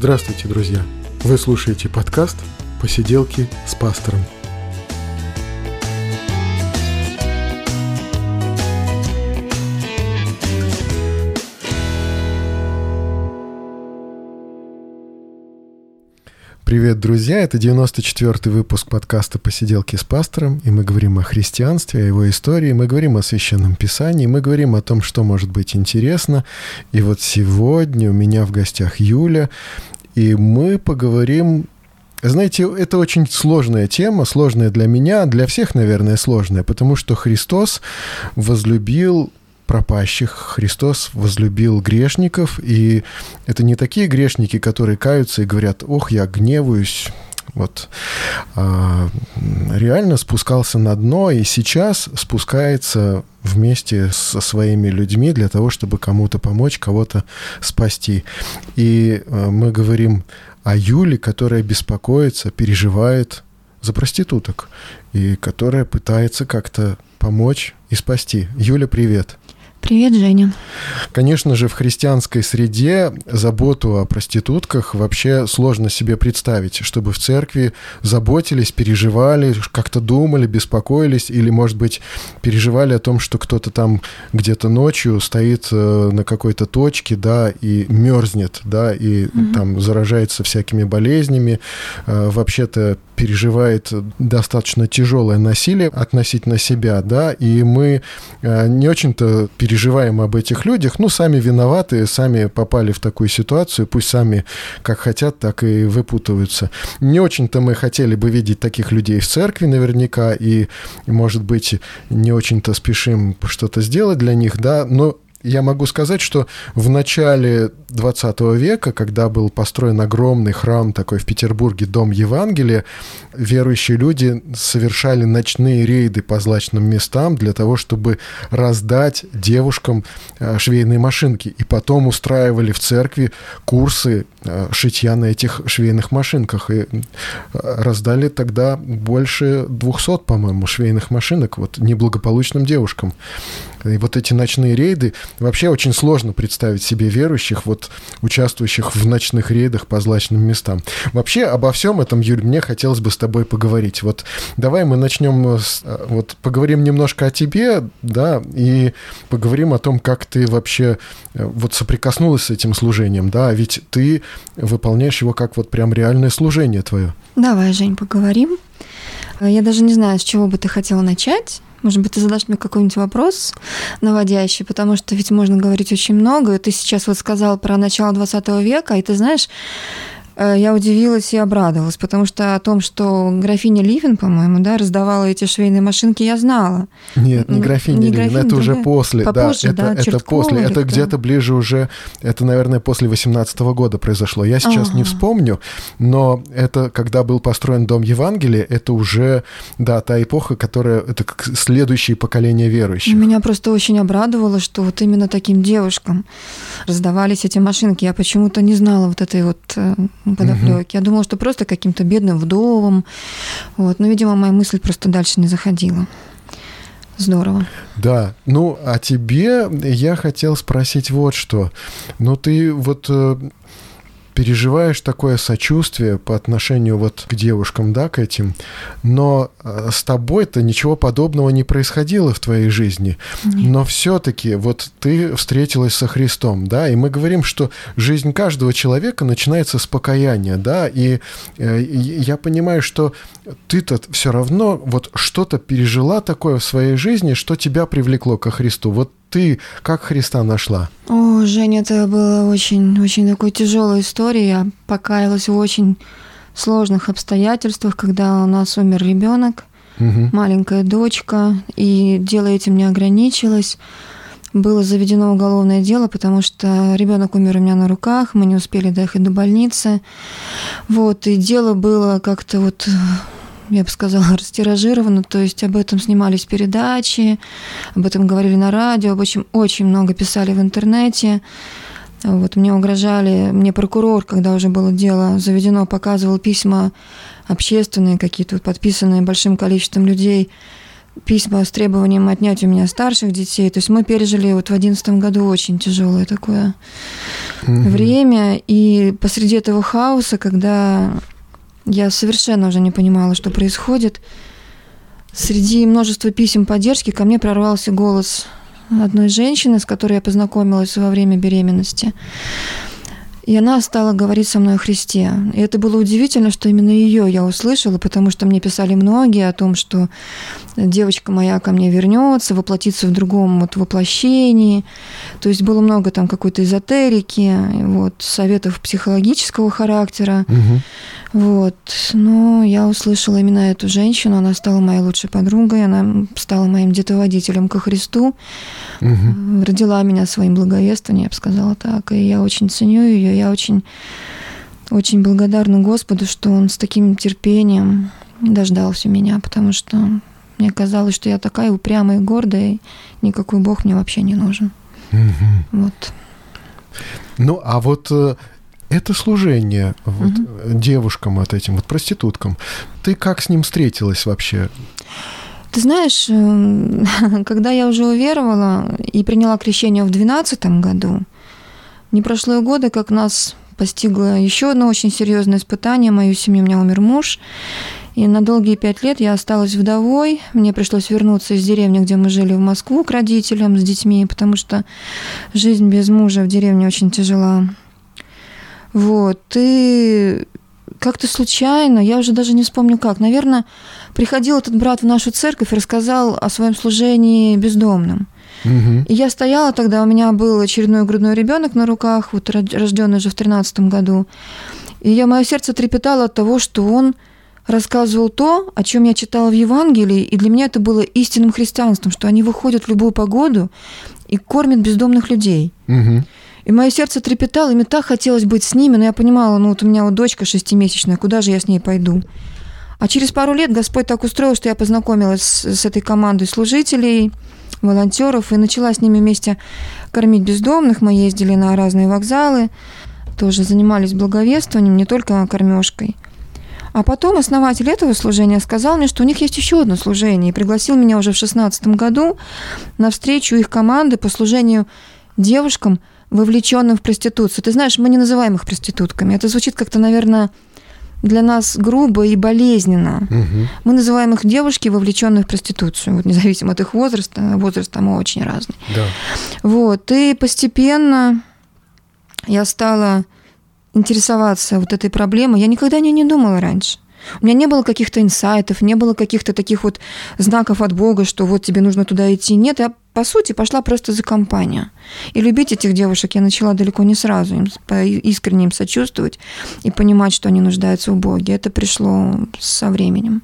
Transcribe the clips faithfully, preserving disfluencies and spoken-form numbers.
Здравствуйте, друзья! Вы слушаете подкаст «Посиделки с пастором». Привет, друзья! Это девяносто четвёртый выпуск подкаста «Посиделки с пастором», и мы говорим о христианстве, о его истории, мы говорим о Священном Писании, мы говорим о том, что может быть интересно. И вот сегодня у меня в гостях Юля, и мы поговорим... Знаете, это очень сложная тема, сложная для меня, для всех, наверное, сложная, потому что Христос возлюбил пропащих, Христос возлюбил грешников, и это не такие грешники, которые каются и говорят: «Ох, я гневаюсь», вот, а, реально спускался на дно и сейчас спускается вместе со своими людьми для того, чтобы кому-то помочь, кого-то спасти. И а, мы говорим о Юле, которая беспокоится, переживает за проституток, и которая пытается как-то помочь и спасти. Юля, привет. Привет, Женя. Конечно же, в христианской среде заботу о проститутках вообще сложно себе представить, чтобы в церкви заботились, переживали, как-то думали, беспокоились, или, может быть, переживали о том, что кто-то там где-то ночью стоит на какой-то точке, да, и мерзнет, да, и угу. там заражается всякими болезнями, вообще-то переживает достаточно тяжелое насилие относительно себя, да, и мы не очень-то переживаем об этих людях, ну, сами виноваты, сами попали в такую ситуацию, пусть сами как хотят, так и выпутываются. Не очень-то мы хотели бы видеть таких людей в церкви наверняка, и, может быть, не очень-то спешим что-то сделать для них, да, но я могу сказать, что в начале двадцатого века, когда был построен огромный храм такой в Петербурге, Дом Евангелия, верующие люди совершали ночные рейды по злачным местам для того, чтобы раздать девушкам швейные машинки. И потом устраивали в церкви курсы шитья на этих швейных машинках. И раздали тогда больше двухсот, по-моему, швейных машинок вот неблагополучным девушкам. И вот эти ночные рейды, вообще очень сложно представить себе верующих, вот, участвующих в ночных рейдах по злачным местам. Вообще обо всем этом, Юль, мне хотелось бы с тобой поговорить. Вот давай мы начнем, с, вот поговорим немножко о тебе, да, и поговорим о том, как ты вообще вот соприкоснулась с этим служением, да, ведь ты выполняешь его как вот прям реальное служение твое. Давай, Жень, поговорим. Я даже не знаю, с чего бы ты хотела начать. Может быть, ты задашь мне какой-нибудь вопрос наводящий, потому что ведь можно говорить очень много. Ты сейчас вот сказал про начало двадцатого века, и ты знаешь, я удивилась и обрадовалась, потому что о том, что графиня Ливен, по-моему, да, раздавала эти швейные машинки, я знала. Нет, не графиня не Ливен, графиня, это уже после. Попозже, да, да, это, это после. Это кто? где-то ближе уже, это, наверное, после восемнадцатого года произошло. Я сейчас А-а-а. не вспомню, но это, когда был построен Дом Евангелия, это уже, да, та эпоха, которая, это как следующее поколение верующих. Меня просто очень обрадовало, что вот именно таким девушкам раздавались эти машинки. Я почему-то не знала вот этой вот подоплёки. Я думала, что просто каким-то бедным вдовам. Вот. Но, видимо, моя мысль просто дальше не заходила. Здорово. Да. Ну, а тебе я хотел спросить вот что. Ну, ты вот переживаешь такое сочувствие по отношению вот к девушкам, да, к этим, но с тобой-то ничего подобного не происходило в твоей жизни. Нет. Но все-таки вот ты встретилась со Христом, да, и мы говорим, что жизнь каждого человека начинается с покаяния, да, и, и я понимаю, что ты-то все равно вот что-то пережила такое в своей жизни, что тебя привлекло ко Христу. Вот ты как Христа нашла? О, Женя, это была очень, очень такой тяжелая история. Я покаялась в очень сложных обстоятельствах, когда у нас умер ребенок, угу. маленькая дочка, и дело этим не ограничилось. Было заведено уголовное дело, потому что ребенок умер у меня на руках, мы не успели доехать до больницы. Вот, и дело было как-то вот, я бы сказала, растиражировано, то есть об этом снимались передачи, об этом говорили на радио, об этом очень много писали в интернете. Вот, мне угрожали, мне прокурор, когда уже было дело заведено, показывал письма общественные какие-то, подписанные большим количеством людей, письма с требованием отнять у меня старших детей. То есть мы пережили вот в одиннадцатом году очень тяжелое такое mm-hmm. время, и посреди этого хаоса, когда я совершенно уже не понимала, что происходит, среди множества писем поддержки ко мне прорвался голос одной женщины, с которой я познакомилась во время беременности. И она стала говорить со мной о Христе. И это было удивительно, что именно ее я услышала, потому что мне писали многие о том, что девочка моя ко мне вернется, воплотится в другом вот воплощении. То есть было много там какой-то эзотерики, вот, советов психологического характера. Угу. Вот. Но я услышала именно эту женщину, она стала моей лучшей подругой, она стала моим детоводителем ко Христу, угу. родила меня своим благовествованием, я бы сказала так, и я очень ценю ее, я очень, очень благодарна Господу, что Он с таким терпением дождался меня, потому что мне казалось, что я такая упрямая и гордая, и никакой Бог мне вообще не нужен. Угу. Вот. Ну, а вот это служение вот, угу. девушкам, вот этим вот проституткам, ты как с ним встретилась вообще? Ты знаешь, когда я уже уверовала и приняла крещение в двенадцатом году, не прошло и года, как нас постигло еще одно очень серьезное испытание. Мою семью, у меня умер муж, и на долгие пять лет я осталась вдовой. Мне пришлось вернуться из деревни, где мы жили, в Москву к родителям с детьми, потому что жизнь без мужа в деревне очень тяжела. Вот, и как-то случайно, я уже даже не вспомню как, наверное, приходил этот брат в нашу церковь и рассказал о своем служении бездомным. Угу. И я стояла тогда, у меня был очередной грудной ребенок на руках, вот рожденный уже в тринадцатом году. И я, мое сердце трепетало от того, что он рассказывал то, о чем я читала в Евангелии, и для меня это было истинным христианством, что они выходят в любую погоду и кормят бездомных людей. Угу. И мое сердце трепетало, и мне так хотелось быть с ними, но я понимала, ну вот у меня вот дочка шестимесячная, куда же я с ней пойду? А через пару лет Господь так устроил, что я познакомилась с, с этой командой служителей, волонтеров, и начала с ними вместе кормить бездомных. Мы ездили на разные вокзалы, тоже занимались благовествованием, не только кормежкой. А потом основатель этого служения сказал мне, что у них есть еще одно служение, и пригласил меня уже в шестнадцатом году на встречу их команды по служению девушкам, вовлеченным в проституцию. Ты знаешь, мы не называем их проститутками. Это звучит как-то, наверное, для нас грубо и болезненно. Угу. Мы называем их девушки, вовлеченные в проституцию, вот, независимо от их возраста. Возраст там очень разный. Да. Вот. И постепенно я стала интересоваться вот этой проблемой. Я никогда о ней не думала раньше. У меня не было каких-то инсайтов, не было каких-то таких вот знаков от Бога, что вот тебе нужно туда идти. Нет, я, по сути, пошла просто за компанию. И любить этих девушек я начала далеко не сразу, им, искренне им сочувствовать и понимать, что они нуждаются в Боге. Это пришло со временем.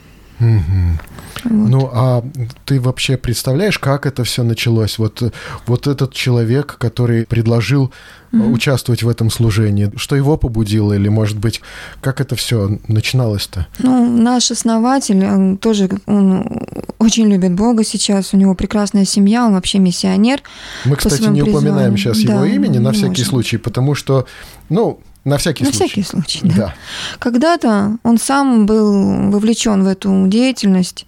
Угу. Вот. Ну, а ты вообще представляешь, как это все началось? Вот, вот этот человек, который предложил угу. участвовать в этом служении, что его побудило? Или, может быть, как это все начиналось-то? Ну, наш основатель, он тоже он очень любит Бога сейчас, у него прекрасная семья, он вообще миссионер. Мы, кстати, не упоминаем сейчас да, его имени на всякий можем. случай, потому что, ну... На всякий На случай. всякий случай, да. да. Когда-то он сам был вовлечен в эту деятельность.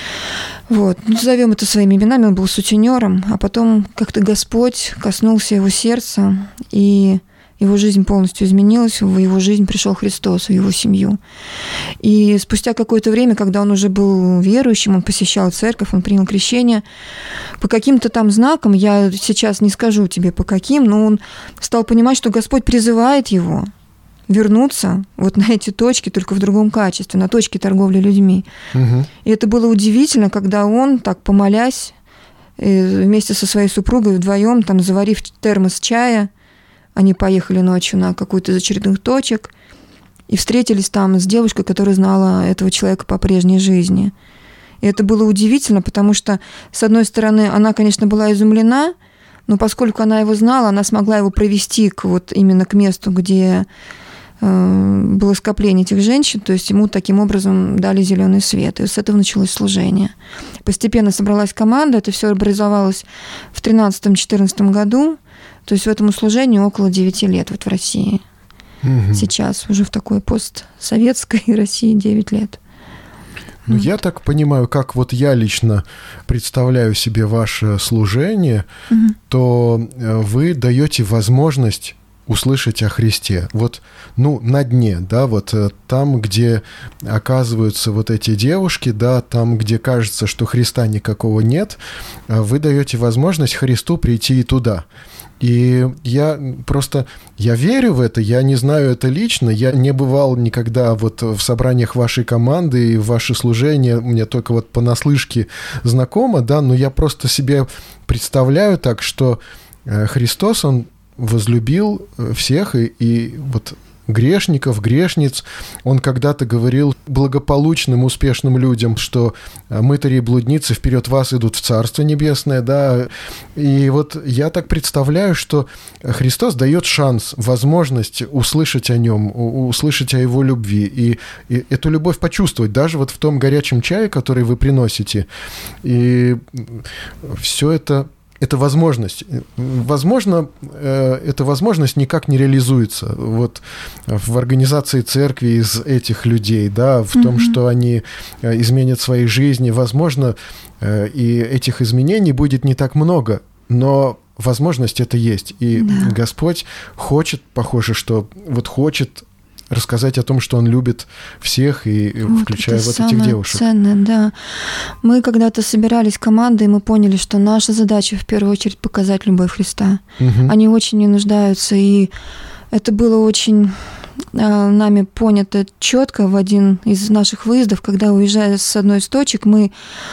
Вот. Назовем это своими именами, он был сутенером, а потом как-то Господь коснулся его сердца, и его жизнь полностью изменилась, в его жизнь пришел Христос, в его семью. И спустя какое-то время, когда он уже был верующим, он посещал церковь, он принял крещение, по каким-то там знакам, я сейчас не скажу тебе по каким, но он стал понимать, что Господь призывает его вернуться вот на эти точки, только в другом качестве, на точки торговли людьми. Угу. И это было удивительно, когда он, так помолясь, вместе со своей супругой вдвоем, там, заварив термос чая, они поехали ночью на какую-то из очередных точек и встретились там с девушкой, которая знала этого человека по прежней жизни. И это было удивительно, потому что, с одной стороны, она, конечно, была изумлена, но поскольку она его знала, она смогла его провести к, вот, именно к месту, где э, было скопление этих женщин, то есть ему таким образом дали зеленый свет. И с этого началось служение. Постепенно собралась команда, это все образовалось в тринадцатом-четырнадцатом году. То есть в этому служению около девяти лет вот в России. Угу. Сейчас уже в такой постсоветской России девять лет. Ну, вот. Я так понимаю, как вот я лично представляю себе ваше служение, угу. то вы даете возможность услышать о Христе. Вот, ну, на дне, да, вот там, где оказываются вот эти девушки, да, там, где кажется, что Христа никакого нет, вы даете возможность Христу прийти и туда. И я просто, я верю в это, я не знаю это лично, я не бывал никогда вот в собраниях вашей команды и в ваше служение, мне только вот понаслышке знакомо, да, но я просто себе представляю так, что Христос, Он возлюбил всех, и, и вот грешников, грешниц. Он когда-то говорил благополучным, успешным людям, что мытари и блудницы вперед вас идут в Царство Небесное, да. И вот я так представляю, что Христос дает шанс, возможность услышать о нем, услышать о его любви и, и эту любовь почувствовать, даже вот в том горячем чае, который вы приносите. И все это Это возможность. Возможно, эта возможность никак не реализуется вот в организации церкви из этих людей, да, в mm-hmm. том, что они изменят свои жизни. Возможно, и этих изменений будет не так много, но возможность это есть. И да. Господь хочет, похоже, что вот хочет рассказать о том, что Он любит всех, и вот включая вот этих девушек. Ценное, да. Мы когда-то собирались командой, и мы поняли, что наша задача в первую очередь показать любовь Христа. Угу. Они очень не нуждаются, и это было очень нами понято четко в один из наших выездов, когда, уезжая с одной из точек, мы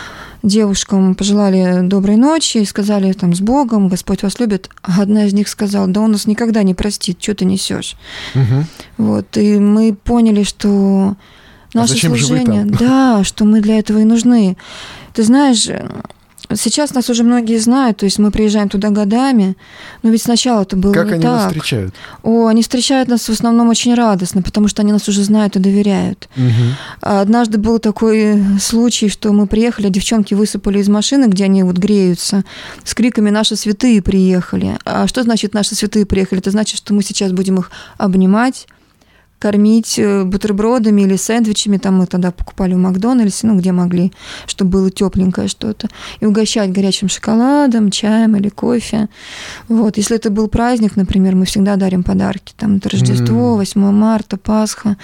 девушкам пожелали доброй ночи и сказали там с Богом, Господь вас любит. А одна из них сказала, да Он нас никогда не простит, что ты несешь. Угу. Вот, и мы поняли, что наше а служение, да, что мы для этого и нужны. Ты знаешь, сейчас нас уже многие знают, то есть мы приезжаем туда годами, но ведь сначала это было как не так. Как они нас встречают? О, они встречают нас в основном очень радостно, потому что они нас уже знают и доверяют. Угу. Однажды был такой случай, что мы приехали, девчонки высыпали из машины, где они вот греются, с криками «Наши святые приехали». А что значит «Наши святые приехали»? Это значит, что мы сейчас будем их обнимать, кормить бутербродами или сэндвичами, там мы тогда покупали в Макдональдсе, ну, где могли, чтобы было тепленькое что-то, и угощать горячим шоколадом, чаем или кофе. Вот. Если это был праздник, например, мы всегда дарим подарки, там, это Рождество, восьмое марта, Пасха.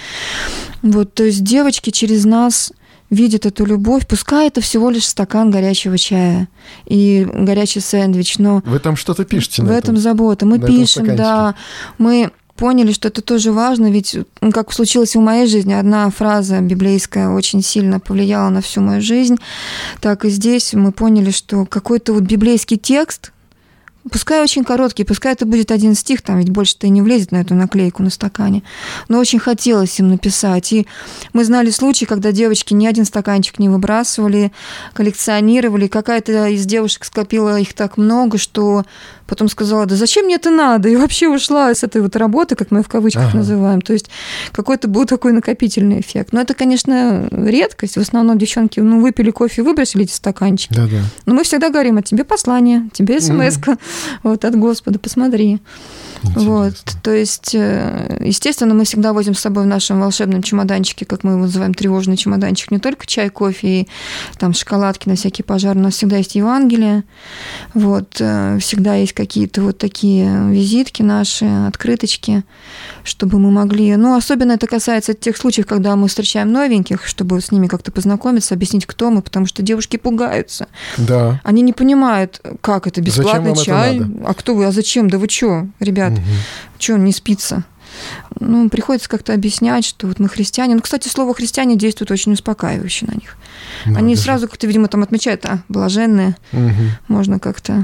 Вот, то есть девочки через нас видят эту любовь, пускай это всего лишь стакан горячего чая и горячий сэндвич, но... Вы там что-то пишете? В на этом этом забота. Мы пишем, да, мы... поняли, что это тоже важно, ведь, как случилось в моей жизни, одна фраза библейская очень сильно повлияла на всю мою жизнь, так и здесь мы поняли, что какой-то вот библейский текст, пускай очень короткий, пускай это будет один стих, там ведь больше-то и не влезет на эту наклейку на стакане, но очень хотелось им написать. И мы знали случаи, когда девочки ни один стаканчик не выбрасывали, коллекционировали. Какая-то из девушек скопила их так много, что потом сказала, да зачем мне это надо? И вообще ушла с этой вот работы, как мы в кавычках ага. называем. То есть какой-то был такой накопительный эффект. Но это, конечно, редкость. В основном девчонки ну, выпили кофе, выбросили эти стаканчики. Да-да. Но мы всегда говорим, а тебе послание, тебе смс-ка. Mm. Вот от Господа, посмотри. Интересно. Вот, то есть, естественно, мы всегда возим с собой в нашем волшебном чемоданчике, как мы его называем, тревожный чемоданчик, не только чай, кофе и там шоколадки на всякий пожар, у нас всегда есть Евангелие, вот, всегда есть какие-то вот такие визитки наши, открыточки, чтобы мы могли, ну, особенно это касается тех случаев, когда мы встречаем новеньких, чтобы с ними как-то познакомиться, объяснить, кто мы, потому что девушки пугаются. Да. Они не понимают, как это, бесплатный чай, а кто вы, а зачем, да вы что, ребят, угу. что, не спится? Ну, приходится как-то объяснять, что вот мы христиане. Ну, кстати, слово «христиане» действует очень успокаивающе на них. Да, Они даже... сразу как-то, видимо, там отмечают, а, блаженные, угу. можно как-то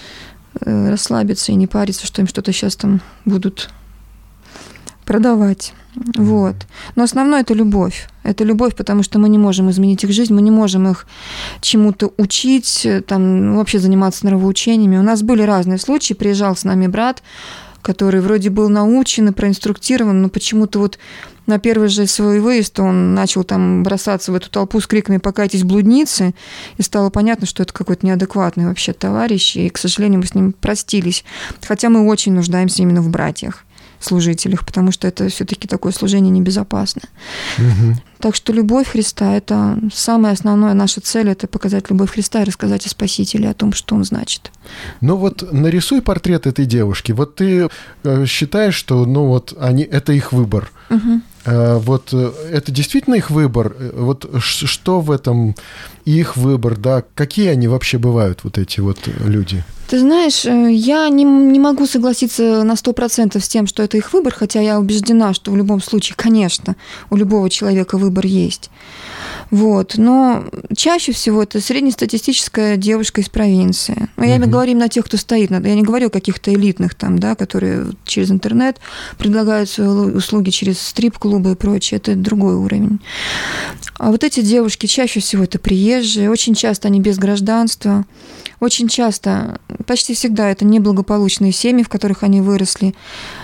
э, расслабиться и не париться, что им что-то сейчас там будут продавать. Вот. Но основное – это любовь. Это любовь, потому что мы не можем изменить их жизнь, мы не можем их чему-то учить, там, вообще заниматься нравоучениями. У нас были разные случаи. Приезжал с нами брат, который вроде был научен и проинструктирован, но почему-то вот на первый же свой выезд он начал там бросаться в эту толпу с криками «покайтесь, блудницы», и стало понятно, что это какой-то неадекватный вообще товарищ, и, к сожалению, мы с ним простились. Хотя мы очень нуждаемся именно в братьях. служителях, потому что это все-таки такое служение небезопасное. Угу. Так что любовь Христа – это самая основная наша цель, это показать любовь Христа и рассказать о Спасителе, о том, что Он значит. Ну вот нарисуй портрет этой девушки. Вот ты считаешь, что ну вот они, это их выбор. Угу. Вот это действительно их выбор? Вот что в этом их выбор, да? Какие они вообще бывают, вот эти вот люди? Ты знаешь, я не, не могу согласиться на сто процентов с тем, что это их выбор, хотя я убеждена, что в любом случае, конечно, у любого человека выбор есть. Вот. Но чаще всего это среднестатистическая девушка из провинции. Но я uh-huh. говорю именно о тех, кто стоит. Я не говорю о каких-то элитных, там, да, которые через интернет предлагают свои услуги через стрип-клубы и прочее. Это другой уровень. А вот эти девушки чаще всего это приезжие. Очень часто они без гражданства. Очень часто, почти всегда, это неблагополучные семьи, в которых они выросли.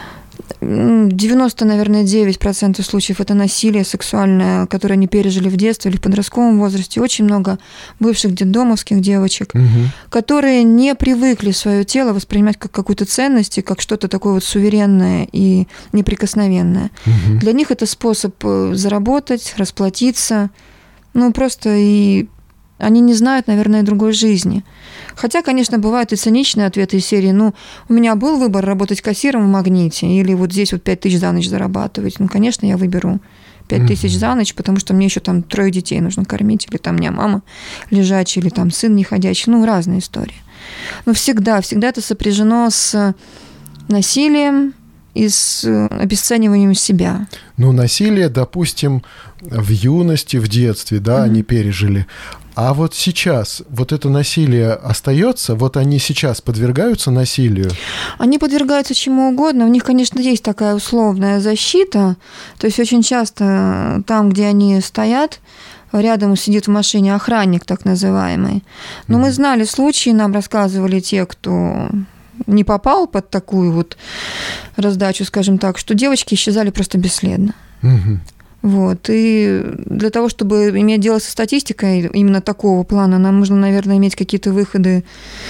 девяносто, наверное, девять процентов случаев это насилие сексуальное, которое они пережили в детстве или в подростковом возрасте. Очень много бывших детдомовских девочек, угу. которые не привыкли свое тело воспринимать как какую-то ценность и как что-то такое вот суверенное и неприкосновенное. Угу. Для них это способ заработать, расплатиться, ну просто и... Они не знают, наверное, другой жизни. Хотя, конечно, бывают и циничные ответы из серии, ну, у меня был выбор работать кассиром в «Магните» или вот здесь вот пять тысяч за ночь зарабатывать. Ну, конечно, я выберу пять тысяч за ночь, потому что мне еще там трое детей нужно кормить, или там у меня мама лежачая, или там сын неходячий. Ну, разные истории. Но всегда, всегда это сопряжено с насилием и с обесцениванием себя. Ну, насилие, допустим, в юности, в детстве, да, mm-hmm. они пережили. А вот сейчас вот это насилие остается? Вот они сейчас подвергаются насилию? Они подвергаются чему угодно. У них, конечно, есть такая условная защита. То есть очень часто там, где они стоят, рядом сидит в машине охранник, так называемый. Но mm-hmm. мы знали случаи, нам рассказывали те, кто не попал под такую вот раздачу, скажем так, что девочки исчезали просто бесследно. Mm-hmm. Вот. И для того, чтобы иметь дело со статистикой именно такого плана, нам нужно, наверное, иметь какие-то выходы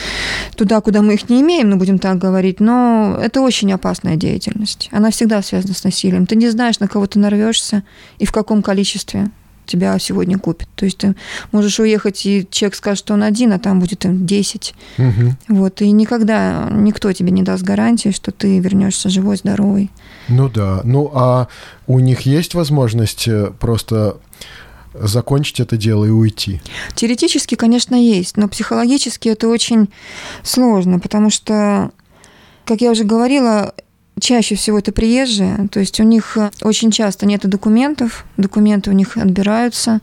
туда, куда мы их не имеем, ну, будем так говорить. Но это очень опасная деятельность. Она всегда связана с насилием. Ты не знаешь, на кого ты нарвешься и в каком количестве тебя сегодня купят. То есть ты можешь уехать, и человек скажет, что он один, а там будет там, десять. Угу. Вот. И никогда никто тебе не даст гарантии, что ты вернешься живой, здоровый. Ну да. Ну а у них есть возможность просто закончить это дело и уйти? Теоретически, конечно, есть, но психологически это очень сложно, потому что, как я уже говорила, чаще всего это приезжие, то есть у них очень часто нет документов, документы у них отбираются,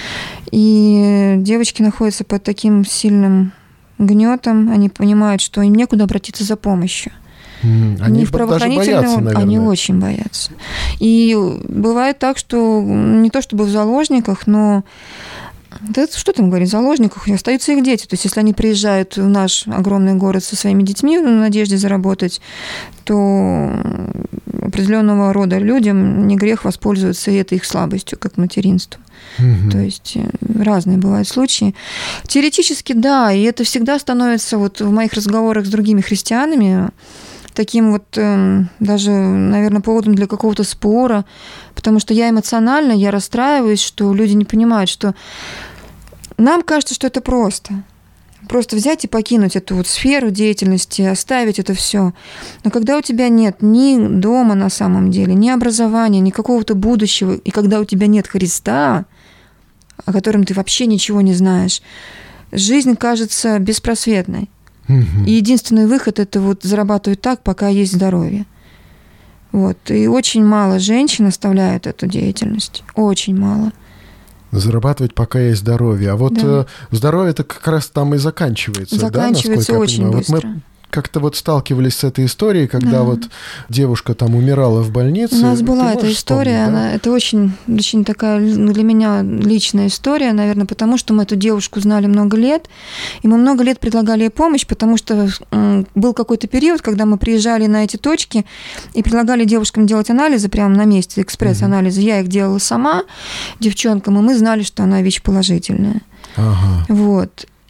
и девочки находятся под таким сильным гнетом, они понимают, что им некуда обратиться за помощью. Mm, они в даже боятся, наверное. Они очень боятся. И бывает так, что не то чтобы в заложниках, но да, что там говорить, в заложниках остаются их дети. То есть, если они приезжают в наш огромный город со своими детьми в надежде заработать, то определенного рода людям не грех воспользоваться этой их слабостью, как материнством. Угу. То есть разные бывают случаи. Теоретически, да, и это всегда становится вот в моих разговорах с другими христианами таким вот э, даже, наверное, поводом для какого-то спора, потому что я эмоционально, я расстраиваюсь, что люди не понимают, что нам кажется, что это просто. Просто взять и покинуть эту вот сферу деятельности, оставить это все. Но когда у тебя нет ни дома на самом деле, ни образования, ни какого-то будущего, и когда у тебя нет Христа, о котором ты вообще ничего не знаешь, жизнь кажется беспросветной. И единственный выход – это вот зарабатывать так, пока есть здоровье. Вот. И очень мало женщин оставляют эту деятельность. Очень мало. Зарабатывать, пока есть здоровье. А вот да. здоровье-то как раз там и заканчивается. Заканчивается, да, очень я быстро. Вот мы как-то вот сталкивались с этой историей, когда да. вот девушка там умирала в больнице. У нас была эта история, она, да? Это очень, очень такая для меня личная история, наверное, потому что мы эту девушку знали много лет, и мы много лет предлагали ей помощь, потому что был какой-то период, когда мы приезжали на эти точки и предлагали девушкам делать анализы прямо на месте, экспресс-анализы. Угу. Я их делала сама, девчонкам, и мы знали, что она ВИЧ-положительная. Ага. Вот.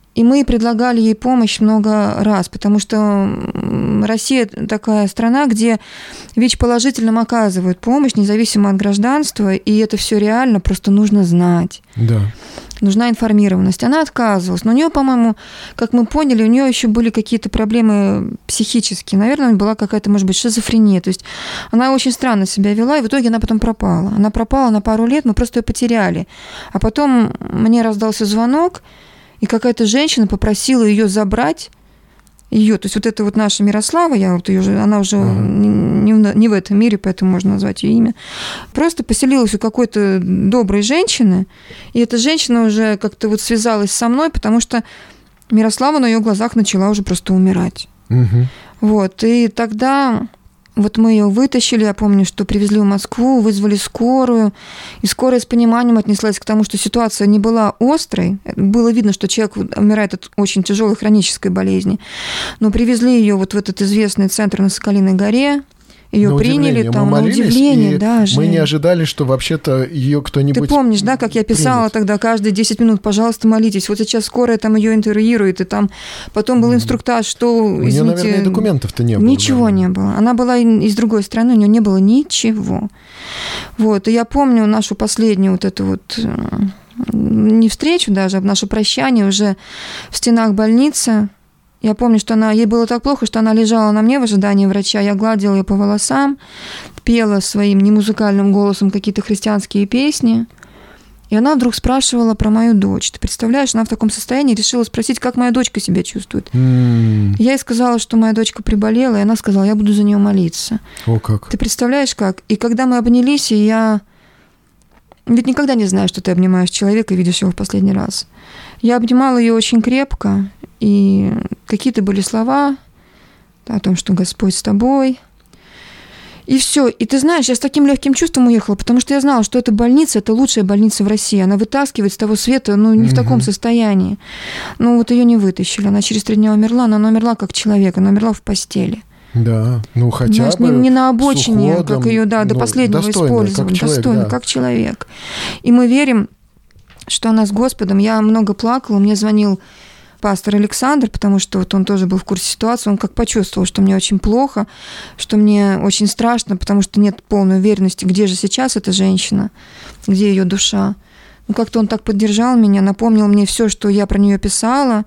И мы предлагали ей помощь много раз, потому что Россия такая страна, где ВИЧ-положительным оказывают помощь, независимо от гражданства, и это все реально, просто нужно знать. Да. Нужна информированность. Она отказывалась. Но у нее, по-моему, как мы поняли, у нее еще были какие-то проблемы психические. Наверное, была какая-то, может быть, шизофрения. То есть она очень странно себя вела, и в итоге она потом пропала. Она пропала на пару лет, мы просто ее потеряли. А потом мне раздался звонок, и какая-то женщина попросила ее забрать, ее, то есть вот это вот наша Мирослава, я вот ее, она уже uh-huh. не, не в этом мире, поэтому можно назвать ее имя, просто поселилась у какой-то доброй женщины, и эта женщина уже как-то вот связалась со мной, потому что Мирослава на ее глазах начала уже просто умирать. Uh-huh. Вот, и тогда... Вот мы ее вытащили, я помню, что привезли в Москву, вызвали скорую, и скорая с пониманием отнеслась к тому, что ситуация не была острой. Было видно, что человек умирает от очень тяжелой хронической болезни. Но привезли ее вот в этот известный центр на Соколиной горе, ее приняли, там, на удивление, да, мы не ожидали, что вообще-то ее кто-нибудь... Ты помнишь, да, как я писала примет. Тогда каждые десять минут, пожалуйста, молитесь. Вот сейчас скорая там ее интервьюирует, и там потом был инструктаж, что, у извините... нее, наверное, документов-то не было. Ничего да. не было. Она была из другой страны, у нее не было ничего. Вот, и я помню нашу последнюю вот эту вот... Не встречу даже, а наше прощание уже в стенах больницы. Я помню, что она, ей было так плохо, что она лежала на мне в ожидании врача. Я гладила ее по волосам, пела своим немузыкальным голосом какие-то христианские песни. И она вдруг спрашивала про мою дочь. Ты представляешь, она в таком состоянии решила спросить, как моя дочка себя чувствует. Mm. Я ей сказала, что моя дочка приболела, и она сказала, я буду за нее молиться. О, как. Ты представляешь, как? И когда мы обнялись, и я... Ведь никогда не знаешь, что ты обнимаешь человека и видишь его в последний раз. Я обнимала ее очень крепко, и какие-то были слова о том, что Господь с тобой. И все. И ты знаешь, я с таким легким чувством уехала, потому что я знала, что эта больница, это лучшая больница в России. Она вытаскивает с того света, ну, не в таком состоянии. Ну, вот ее не вытащили. Она через три дня умерла, но она умерла как человек, она умерла в постели. Да, ну хотя Знаешь, бы не, не на обочине, уходом, как ее, да, до ну, последнего использовали. Как человек, достойно, да. как человек. И мы верим, что она с Господом. Я много плакала, мне звонил пастор Александр, потому что вот он тоже был в курсе ситуации, он как почувствовал, что мне очень плохо, что мне очень страшно, потому что нет полной уверенности, где же сейчас эта женщина, где ее душа. Ну, как-то он так поддержал меня, напомнил мне все, что я про нее писала,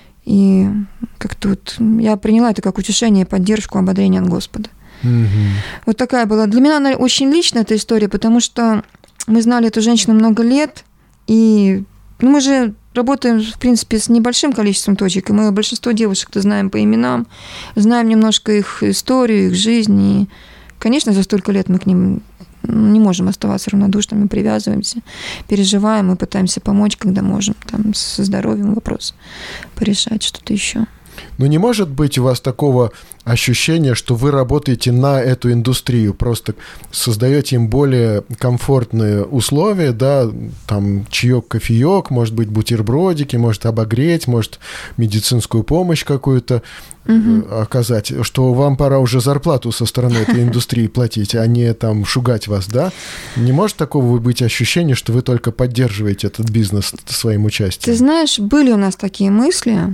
и как-то вот я приняла это как утешение, поддержку, ободрение от Господа. Mm-hmm. Вот такая была. Для меня она очень личная, эта история, потому что мы знали эту женщину много лет, и ну, мы же работаем, в принципе, с небольшим количеством точек, и мы большинство девушек-то знаем по именам, знаем немножко их историю, их жизнь, и, конечно, за столько лет мы к ним не можем оставаться равнодушными, привязываемся, переживаем и пытаемся помочь, когда можем, там, со здоровьем вопрос порешать, что-то еще. Но не может быть у вас такого ощущения, что вы работаете на эту индустрию, просто создаете им более комфортные условия, да, там чаек, кофеек, может быть, бутербродики, может обогреть, может медицинскую помощь какую-то угу. оказать, что вам пора уже зарплату со стороны этой индустрии платить, а не там шугать вас, да? Не может такого быть ощущения, что вы только поддерживаете этот бизнес своим участием? Ты знаешь, были у нас такие мысли.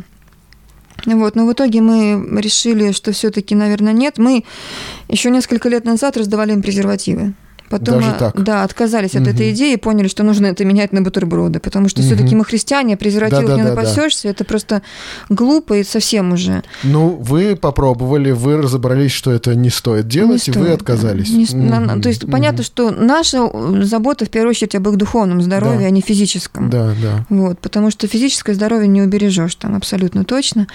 Вот, но в итоге мы решили, что все-таки, наверное, нет. Мы еще несколько лет назад раздавали им презервативы. Потом, Даже так? Да, отказались угу. от этой идеи и поняли, что нужно это менять на бутерброды, потому что угу. все-таки мы христиане, презервативов да, да, не да, напасешься, да. Это просто глупо и совсем уже. Ну, вы попробовали, вы разобрались, что это не стоит делать, не и стоит, вы отказались. Да. Не, угу. То есть угу. понятно, что наша забота в первую очередь об их духовном здоровье, да. а не физическом. Да, да. Вот, потому что физическое здоровье не убережешь там абсолютно точно.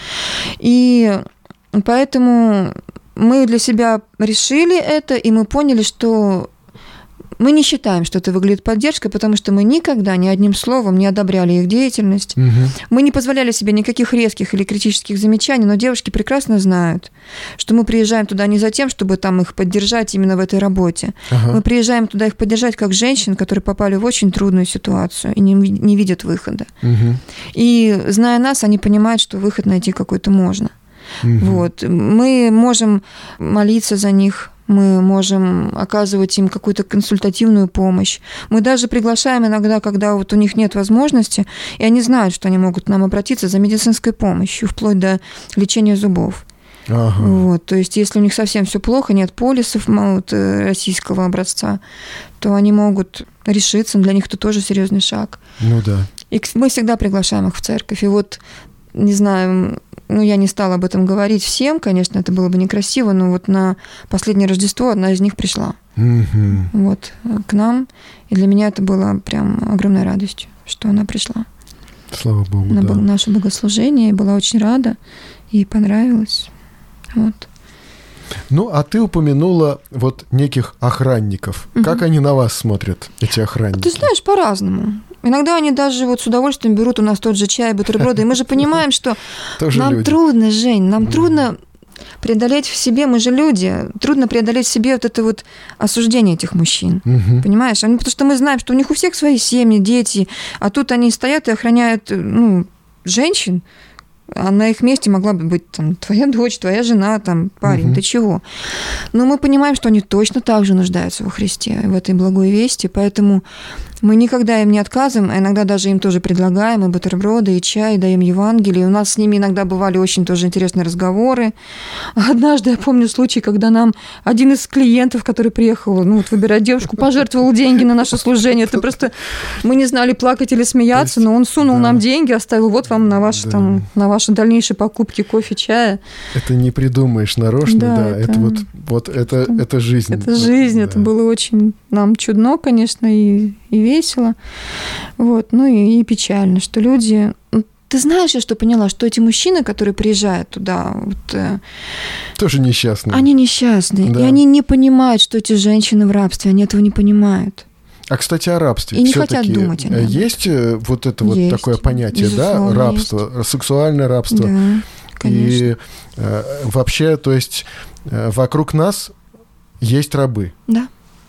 И поэтому мы для себя решили это, и мы поняли, что мы не считаем, что это выглядит поддержкой, потому что мы никогда ни одним словом не одобряли их деятельность. Угу. Мы не позволяли себе никаких резких или критических замечаний, но девушки прекрасно знают, что мы приезжаем туда не за тем, чтобы там их поддержать именно в этой работе. Ага. Мы приезжаем туда их поддержать как женщин, которые попали в очень трудную ситуацию и не, не видят выхода. Угу. И, зная нас, они понимают, что выход найти какой-то можно. Угу. Вот. Мы можем молиться за них, мы можем оказывать им какую-то консультативную помощь. Мы даже приглашаем иногда, когда вот у них нет возможности, и они знают, что они могут к нам обратиться за медицинской помощью, вплоть до лечения зубов. Ага. Вот, то есть, если у них совсем все плохо, нет полисов вот, российского образца, то они могут решиться, для них это тоже серьезный шаг. Ну да. И мы всегда приглашаем их в церковь. И вот, не знаю, ну, я не стала об этом говорить всем, конечно, это было бы некрасиво, но вот на последнее Рождество одна из них пришла. Угу. Вот, к нам. И для меня это было прям огромной радостью, что она пришла. Слава Богу, на да. наше богослужение, и была очень рада, и понравилось. Вот. Ну, а ты упомянула вот неких охранников. Угу. Как они на вас смотрят, эти охранники? Ты знаешь, по-разному. Иногда они даже вот с удовольствием берут у нас тот же чай, бутерброды. И мы же понимаем, что нам трудно, Жень, нам трудно преодолеть в себе, мы же люди, трудно преодолеть в себе вот это вот осуждение этих мужчин. Угу. Понимаешь? Потому что мы знаем, что у них у всех свои семьи, дети, а тут они стоят и охраняют, ну, женщин. А на их месте могла бы быть там, твоя дочь, твоя жена, там, парень, угу. Ты чего? Но мы понимаем, что они точно так же нуждаются во Христе, в этой благой вести, поэтому мы никогда им не отказываем, а иногда даже им тоже предлагаем и бутерброды, и чай, и даем Евангелие. У нас с ними иногда бывали очень тоже интересные разговоры. Однажды я помню случай, когда нам один из клиентов, который приехал, ну, вот, выбирать девушку, пожертвовал деньги на наше служение. Это просто мы не знали, плакать или смеяться, но он сунул да. нам деньги, оставил вот вам на ваши, да. там, на ваши дальнейшие покупки кофе, чая. Это не придумаешь нарочно, да. да. Это, это вот, вот это, это, это жизнь. Это жизнь, да. Это было очень нам чудно, конечно, и и весело, вот, ну и, и печально, что люди... Ты знаешь, я что поняла, что эти мужчины, которые приезжают туда... Вот, тоже несчастные. Они несчастные, да. И они не понимают, что эти женщины в рабстве, они этого не понимают. А, кстати, о рабстве. И не хотят думать о нем. Есть вот это вот есть, такое понятие, да, рабство, есть. Сексуальное рабство. Да, конечно. И э, вообще, то есть, э, вокруг нас есть рабы. Да.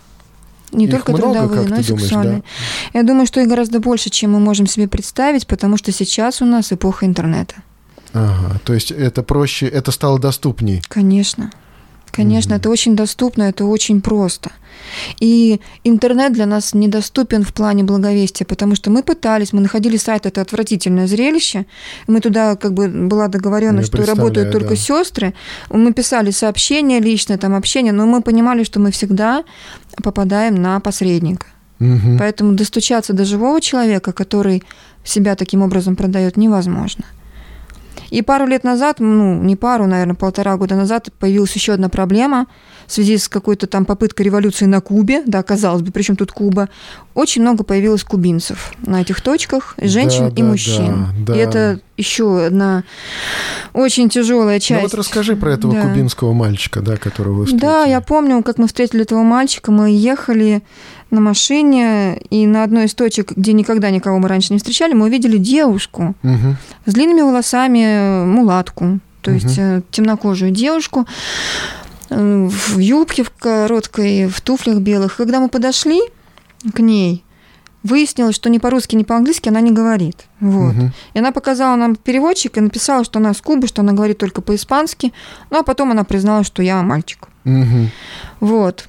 Не их только много, трудовые, но и сексуальные. Да? Я думаю, что их гораздо больше, чем мы можем себе представить, потому что сейчас у нас эпоха интернета. Ага, то есть это проще, это стало доступней. Конечно. Конечно, угу. Это очень доступно, это очень просто. И интернет для нас недоступен в плане благовестия, потому что мы пытались, мы находили сайт, это отвратительное зрелище. Мы туда, как бы, была договоренность, что работают только да. сестры. Мы писали сообщения личное, там общение, но мы понимали, что мы всегда попадаем на посредника. Угу. Поэтому достучаться до живого человека, который себя таким образом продает, невозможно. И пару лет назад, ну, не пару, наверное, полтора года назад появилась еще одна проблема в связи с какой-то там попыткой революции на Кубе, да, казалось бы, причем тут Куба. Очень много появилось кубинцев на этих точках, женщин да, и да, мужчин. Да, да. И это еще одна очень тяжелая часть. Ну вот расскажи про этого да. кубинского мальчика, да, которого вы встретили. Да, я помню, как мы встретили этого мальчика, мы ехали на машине, и на одной из точек, где никогда никого мы раньше не встречали, мы увидели девушку угу. с длинными волосами, мулатку, то угу. есть темнокожую девушку, в юбке в короткой, в туфлях белых. Когда мы подошли к ней, выяснилось, что ни по-русски, ни по-английски она не говорит. Вот. Угу. И она показала нам переводчик и написала, что она с Кубы, что она говорит только по-испански. Ну, а потом она призналась, что я мальчик. Угу. Вот.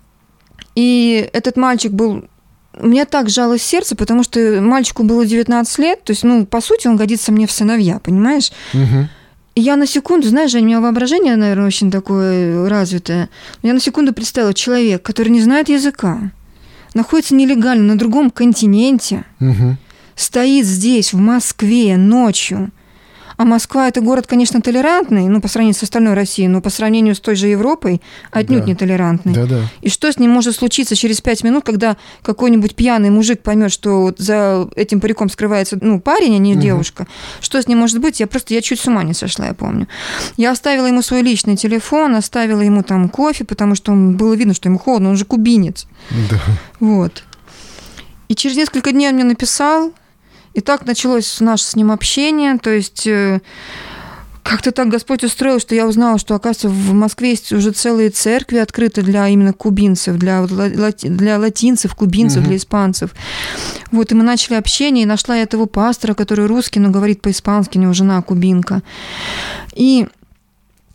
И этот мальчик был... Мне так жалось сердце, потому что мальчику было девятнадцать лет, то есть, ну, по сути, он годится мне в сыновья, понимаешь? Угу. И я на секунду, знаешь, у меня воображение, наверное, очень такое развитое. Я на секунду представила человек, который не знает языка, находится нелегально на другом континенте, угу. стоит здесь, в Москве, ночью. А Москва – это город, конечно, толерантный, ну, по сравнению с остальной Россией, но по сравнению с той же Европой отнюдь да. не толерантный. Да, да. И что с ним может случиться через пять минут, когда какой-нибудь пьяный мужик поймет, что вот за этим париком скрывается, ну, парень, а не угу. девушка? Что с ним может быть? Я просто, я чуть с ума не сошла, я помню. Я оставила ему свой личный телефон, оставила ему там кофе, потому что он, было видно, что ему холодно, он же кубинец. Да. Вот. И через несколько дней он мне написал. И так началось наше с ним общение, то есть как-то так Господь устроил, что я узнала, что, оказывается, в Москве есть уже целые церкви открыты для именно кубинцев, для, для латинцев, кубинцев, угу. для испанцев. Вот, и мы начали общение, и нашла я этого пастора, который русский, но говорит по-испански, у него жена кубинка. И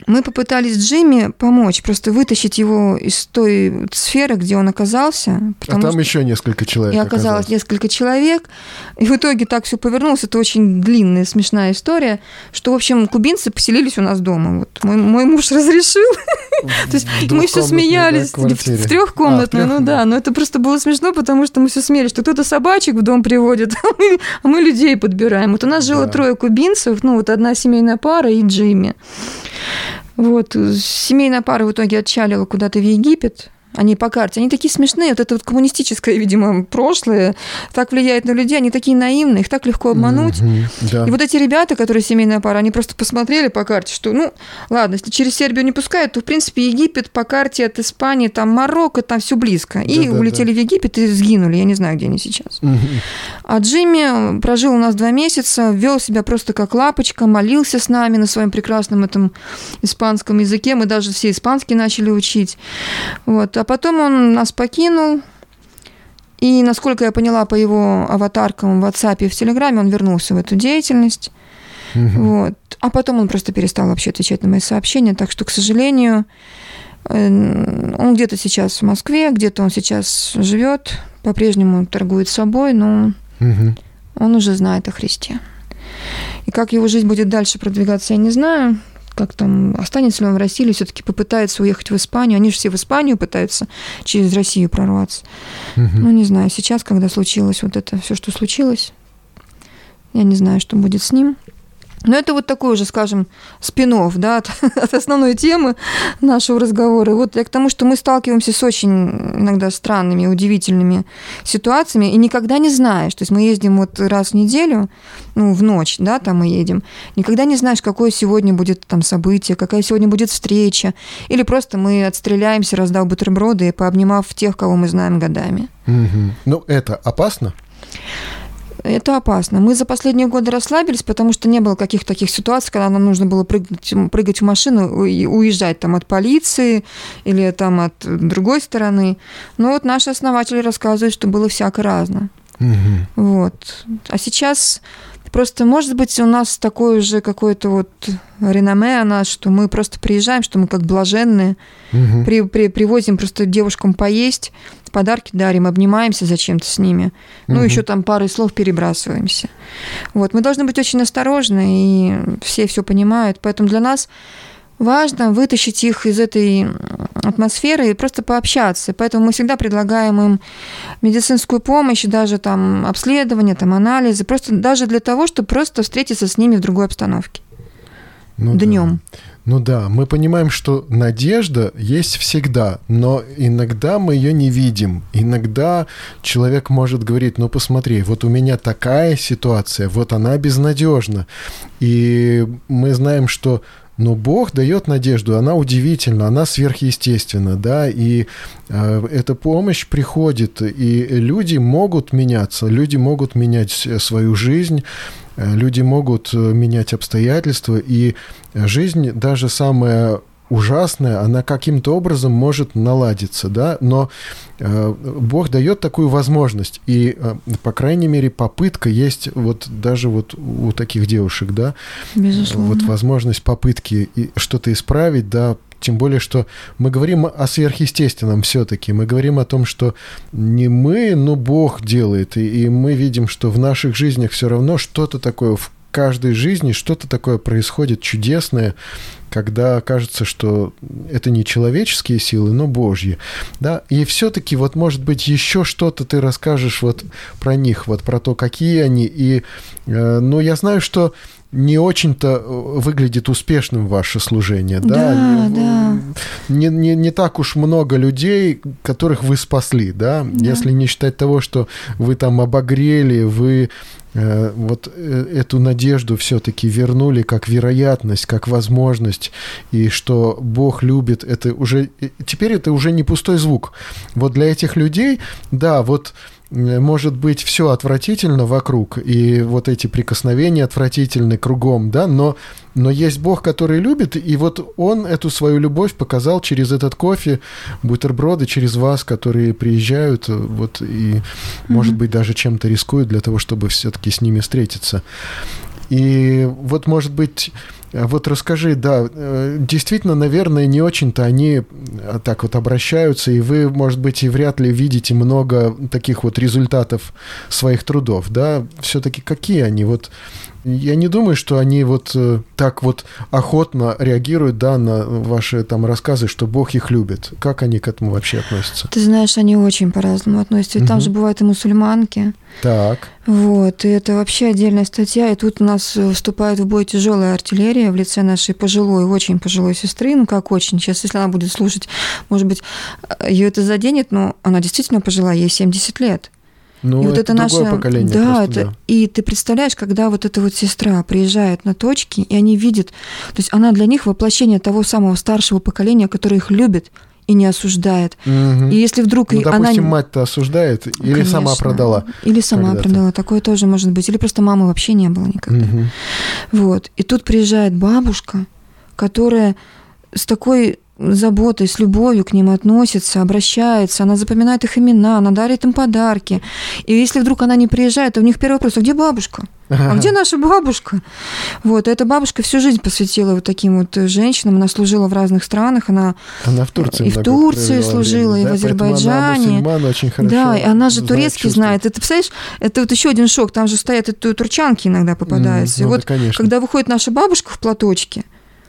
Мы попытались Джимми помочь, просто вытащить его из той сферы, где он оказался. А там что... еще несколько человек И оказалось, оказалось несколько человек. И в итоге так все повернулось. Это очень длинная, смешная история, что, в общем, кубинцы поселились у нас дома. Вот мой, мой муж разрешил. То есть мы все смеялись в трехкомнатной. Ну да, но это просто было смешно, потому что мы все смеялись, что кто-то собачек в дом приводит, а мы людей подбираем. Вот у нас жило трое кубинцев, ну вот одна семейная пара и Джимми. Вот. Семейная пара в итоге отчалила куда-то в Египет. Они по карте. Они такие смешные. Вот это вот коммунистическое, видимо, прошлое так влияет на людей. Они такие наивные, их так легко обмануть. Mm-hmm, да. И вот эти ребята, которые семейная пара, они просто посмотрели по карте, что, ну, ладно, если через Сербию не пускают, то, в принципе, Египет по карте от Испании, там Марокко, там все близко. И да, улетели да, да. в Египет и сгинули. Я не знаю, где они сейчас. Mm-hmm. А Джимми прожил у нас два месяца, вел себя просто как лапочка, молился с нами на своем прекрасном этом испанском языке. Мы даже все испанский начали учить. Вот. А потом он нас покинул, и, насколько я поняла по его аватаркам в WhatsApp и в Телеграме, он вернулся в эту деятельность. Mm-hmm. Вот. А потом он просто перестал вообще отвечать на мои сообщения, так что, к сожалению, он где-то сейчас в Москве, где-то он сейчас живет, по-прежнему торгует собой, но mm-hmm. он уже знает о Христе. И как его жизнь будет дальше продвигаться, я не знаю. Как там, останется ли он в России, или все-таки попытается уехать в Испанию. Они же все в Испанию пытаются через Россию прорваться. Угу. Ну, не знаю, сейчас, когда случилось вот это все, что случилось, я не знаю, что будет с ним. Но это вот такой уже, скажем, спин-офф, да, от, от основной темы нашего разговора. Вот я к тому, что мы сталкиваемся с очень иногда странными, удивительными ситуациями, и никогда не знаешь. То есть мы ездим вот раз в неделю, ну, в ночь, да, там мы едем, никогда не знаешь, какое сегодня будет там событие, какая сегодня будет встреча, или просто мы отстреляемся, раздав бутерброды и пообнимав тех, кого мы знаем годами. Угу. Ну, это опасно? Это опасно. Мы за последние годы расслабились, потому что не было каких-то таких ситуаций, когда нам нужно было прыгать, прыгать в машину и уезжать там от полиции или там от другой стороны. Но вот наши основатели рассказывают, что было всяко разно. Угу. Вот. А сейчас просто, может быть, у нас такое же какое-то вот реноме о нас, что мы просто приезжаем, что мы как блаженные, угу. при, при, привозим просто девушкам поесть, подарки дарим, обнимаемся зачем-то с ними. Ну, угу. еще там парой слов перебрасываемся. Вот. Мы должны быть очень осторожны, и все все понимают. Поэтому для нас важно вытащить их из этой атмосферы и просто пообщаться. Поэтому мы всегда предлагаем им медицинскую помощь, даже там обследование, там анализы, просто даже для того, чтобы просто встретиться с ними в другой обстановке. Ну, днем. Да. Ну да, мы понимаем, что надежда есть всегда, но иногда мы ее не видим. Иногда человек может говорить: ну посмотри, вот у меня такая ситуация, вот она безнадежна. И мы знаем, что но Бог дает надежду, она удивительна, она сверхъестественна, да, и э, эта помощь приходит, и люди могут меняться, люди могут менять свою жизнь, люди могут менять обстоятельства, и жизнь, даже самая ужасная, она каким-то образом может наладиться, да, но э, Бог дает такую возможность, и, э, по крайней мере, попытка есть вот даже вот у таких девушек, да, безусловно, вот возможность попытки что-то исправить, да, тем более, что мы говорим о сверхъестественном все-таки, мы говорим о том, что не мы, но Бог делает, и, и мы видим, что в наших жизнях все равно что-то такое, в каждой жизни что-то такое происходит чудесное, когда кажется, что это не человеческие силы, но Божьи, да, и все-таки вот, может быть, еще что-то ты расскажешь вот про них, вот про то, какие они, и, э, ну, я знаю, что не очень-то выглядит успешным ваше служение, да, да, да. Не, не, не так уж много людей, которых вы спасли, да, да. Если не считать того, что вы там обогрели, вы э, вот э, эту надежду все-таки вернули как вероятность, как возможность, и что Бог любит, это уже, теперь это уже не пустой звук. Вот для этих людей, да, вот может быть все отвратительно вокруг, и вот эти прикосновения отвратительны кругом, да, но, но есть Бог, который любит, и вот Он эту свою любовь показал через этот кофе, бутерброды, через вас, которые приезжают, вот, и, mm-hmm. может быть, даже чем-то рискуют для того, чтобы все-таки с ними встретиться. И вот, может быть, Вот расскажи, да, действительно, наверное, не очень-то они так вот обращаются, и вы, может быть, и вряд ли видите много таких вот результатов своих трудов, да? Все-таки какие они? Вот я не думаю, что они вот так вот охотно реагируют, да, на ваши там рассказы, что Бог их любит. Как они к этому вообще относятся? Ты знаешь, они очень по-разному относятся. Ведь угу. там же бывают и мусульманки. Так. Вот, и это вообще отдельная статья. И тут у нас вступает в бой тяжелая артиллерия в лице нашей пожилой, очень пожилой сестры. Ну, как очень. Сейчас, если она будет слушать, может быть, ее это заденет, но она действительно пожилая, ей семьдесят лет. Ну, и вот это, это другое наше, поколение. Да, просто, это, да, и ты представляешь, когда вот эта вот сестра приезжает на точки, и они видят, то есть она для них воплощение того самого старшего поколения, которое их любит и не осуждает. Угу. И если вдруг ну, она... допустим, мать-то осуждает, или Конечно. сама продала. Или сама когда-то. продала, такое тоже может быть. Или просто мамы вообще не было никогда. Угу. Вот. И тут приезжает бабушка, которая с такой заботой, с любовью к ним относится, обращается, она запоминает их имена, она дарит им подарки. И если вдруг она не приезжает, то у них первый вопрос: а где бабушка? А где наша бабушка? Вот, эта бабушка всю жизнь посвятила вот таким вот женщинам, она служила в разных странах, она, она в Турции, и в Турции служила, времени, и да? в Азербайджане. Она очень хорошо да, и она же турецкий чувствует. знает. Это, представляешь, это вот еще один шок, там же стоят и турчанки иногда попадаются. Mm, и ну вот да, когда выходит наша бабушка в платочке,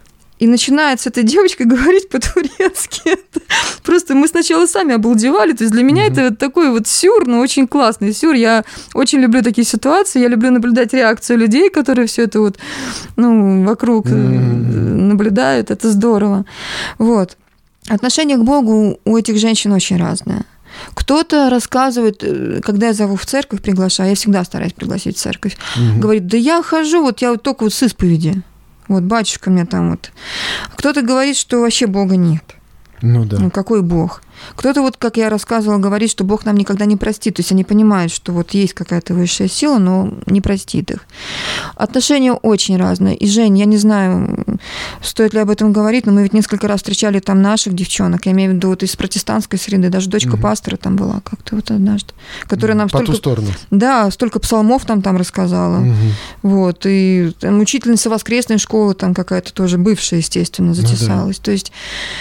и начинает с этой девочкой говорить по-турецки. Просто мы сначала сами обалдевали. То есть для меня mm-hmm. это вот такой вот сюр, но очень классный сюр. Я очень люблю такие ситуации. Я люблю наблюдать реакцию людей, которые все это вот, ну, вокруг mm-hmm. наблюдают. Это здорово. Вот. Отношение к Богу у этих женщин очень разное. Кто-то рассказывает, когда я зову в церковь, приглашаю, я всегда стараюсь пригласить в церковь, mm-hmm. говорит: да я хожу, вот я вот только вот с исповеди. Вот батюшка мне там вот. Кто-то говорит, что вообще Бога нет. Ну да. Ну какой Бог? Кто-то, вот, как я рассказывала, говорит, что Бог нам никогда не простит. То есть они понимают, что вот есть какая-то высшая сила, но не простит их. Отношения очень разные. И, Жень, я не знаю, стоит ли об этом говорить, но мы ведь несколько раз встречали там наших девчонок, я имею в виду вот из протестантской среды, даже дочка угу. пастора там была как-то вот однажды, которая нам По столько... ту сторону. Да, столько псалмов там, там рассказала. Угу. Вот. И там, учительница воскресной школы там какая-то тоже бывшая, естественно, затесалась. Ну, да. То есть...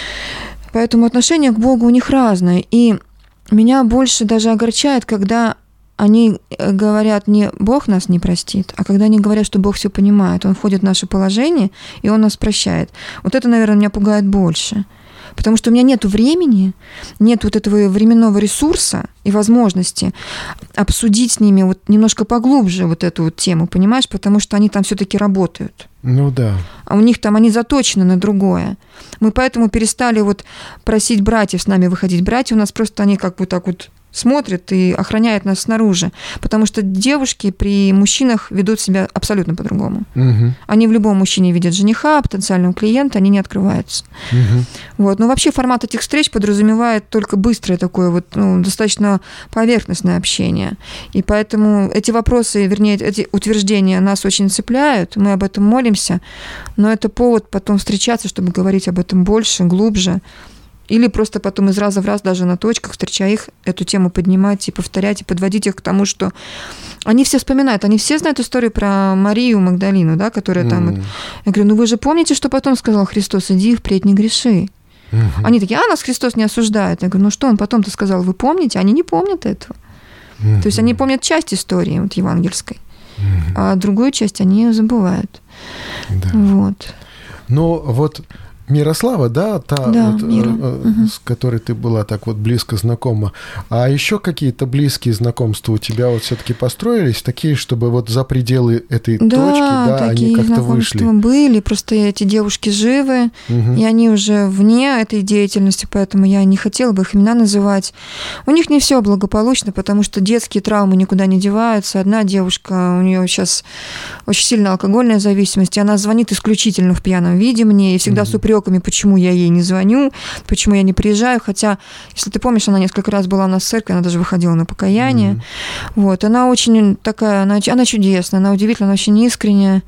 Поэтому отношение к Богу у них разное. И меня больше даже огорчает, когда они говорят не «Бог нас не простит», а когда они говорят, что Бог все понимает, Он входит в наше положение, и Он нас прощает. Вот это, наверное, меня пугает больше. Потому что у меня нет времени, нет вот этого временного ресурса и возможности обсудить с ними вот немножко поглубже вот эту вот тему, понимаешь? Потому что они там все-таки работают. Ну да. А у них там они заточены на другое. Мы поэтому перестали вот просить братьев с нами выходить. Братья у нас просто, они как бы так вот смотрят и охраняют нас снаружи. Потому что девушки при мужчинах ведут себя абсолютно по-другому. Угу. Они в любом мужчине видят жениха, потенциального клиента, они не открываются. Угу. Вот. Но вообще формат этих встреч подразумевает только быстрое такое вот, ну, достаточно поверхностное общение. И поэтому эти вопросы, вернее, эти утверждения нас очень цепляют, мы об этом молимся, но это повод потом встречаться, чтобы говорить об этом больше, глубже. Или просто потом из раза в раз, даже на точках, встречая их, эту тему поднимать и повторять, и подводить их к тому, что они все вспоминают, они все знают историю про Марию Магдалину, да, которая mm. там... Вот... Я говорю, ну вы же помните, что потом сказал Христос: иди впредь не греши. Mm-hmm. Они такие: а нас Христос не осуждает. Я говорю, ну что он потом-то сказал, вы помните? Они не помнят этого. Mm-hmm. То есть они помнят часть истории вот, евангельской, mm-hmm. а другую часть они забывают. Yeah. Вот. Ну вот... Мирослава, да, та, да, вот, Мира. э, угу. с которой ты была так вот близко знакома. А еще какие-то близкие знакомства у тебя вот все-таки построились, такие, чтобы вот за пределы этой да, точки, да, они как-то вышли? Да, были, просто эти девушки живы, угу. и они уже вне этой деятельности, поэтому я не хотела бы их имена называть. У них не все благополучно, потому что детские травмы никуда не деваются. Одна девушка, у нее сейчас очень сильная алкогольная зависимость, и она звонит исключительно в пьяном виде мне, и всегда угу. с упреком упреками, почему я ей не звоню, почему я не приезжаю. Хотя, если ты помнишь, она несколько раз была у нас в церкви, она даже выходила на покаяние. Mm-hmm. Вот, она очень такая, она, она чудесная, она удивительная, она очень искренняя.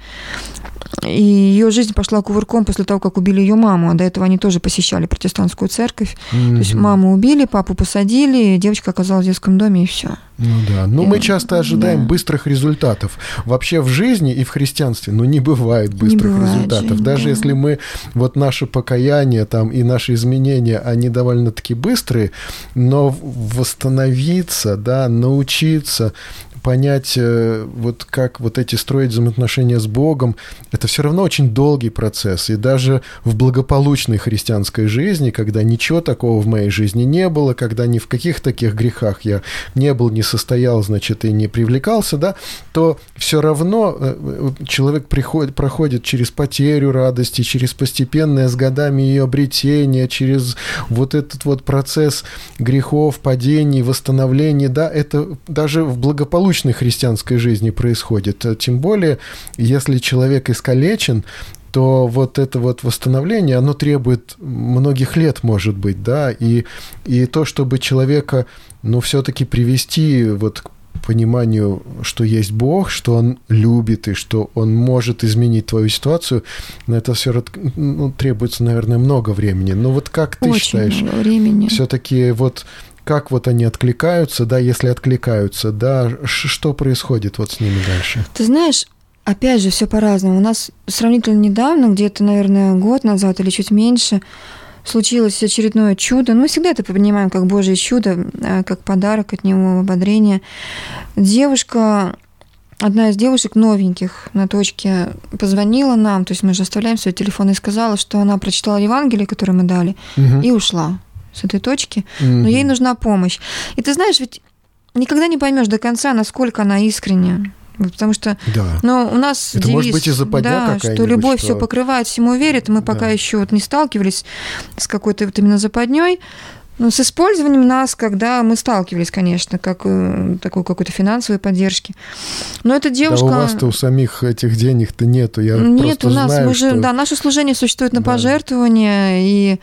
И ее жизнь пошла кувырком после того, как убили ее маму. А до этого они тоже посещали протестантскую церковь. Mm-hmm. То есть маму убили, папу посадили, девочка оказалась в детском доме, и все. Ну да. Но и, мы часто ожидаем да. быстрых результатов. Вообще в жизни и в христианстве, ну, не бывает быстрых не бывает результатов. Же, Даже да. если мы, вот наше покаяние там, и наши изменения, они довольно-таки быстрые, но восстановиться, да, научиться, понять, вот как вот эти строить взаимоотношения с Богом, это все равно очень долгий процесс. И даже в благополучной христианской жизни, когда ничего такого в моей жизни не было, когда ни в каких таких грехах я не был, не состоял, значит, и не привлекался, да, то все равно человек приходит, проходит через потерю радости, через постепенное с годами ее обретение, через вот этот вот процесс грехов, падений, восстановления, да, это даже в благополучной христианской жизни происходит. Тем более, если человек искалечен, то вот это вот восстановление, оно требует многих лет, может быть, да, и, и то, чтобы человека, ну, все-таки привести вот к пониманию, что есть Бог, что Он любит и что Он может изменить твою ситуацию, на это все ну, требуется, наверное, много времени. Но вот как ты Очень считаешь, много времени. Все-таки вот как вот они откликаются, да, если откликаются, да, что происходит вот с ними дальше? Ты знаешь, опять же, все по-разному. У нас сравнительно недавно, где-то, наверное, год назад или чуть меньше, случилось очередное чудо. Ну, мы всегда это понимаем как Божье чудо, как подарок от Него, ободрение. Девушка, одна из девушек новеньких на точке позвонила нам, то есть мы же оставляем свой телефон, и сказала, что она прочитала Евангелие, которое мы дали, угу. и ушла с этой точки, mm-hmm. но ей нужна помощь. И ты знаешь, ведь никогда не поймешь до конца, насколько она искренняя. Потому что да. но у нас это девиз, может быть и западня да, что любовь что... все покрывает, всему верит. Мы пока да. еще вот не сталкивались с какой-то вот именно западней. Но с использованием нас, когда мы сталкивались, конечно, как такой какой-то финансовой поддержки. Но эта девушка... Да у вас-то у самих этих денег-то нету. Я Нет, просто у нас, знаю, мы же, что... да, наше служение существует на да. пожертвования, и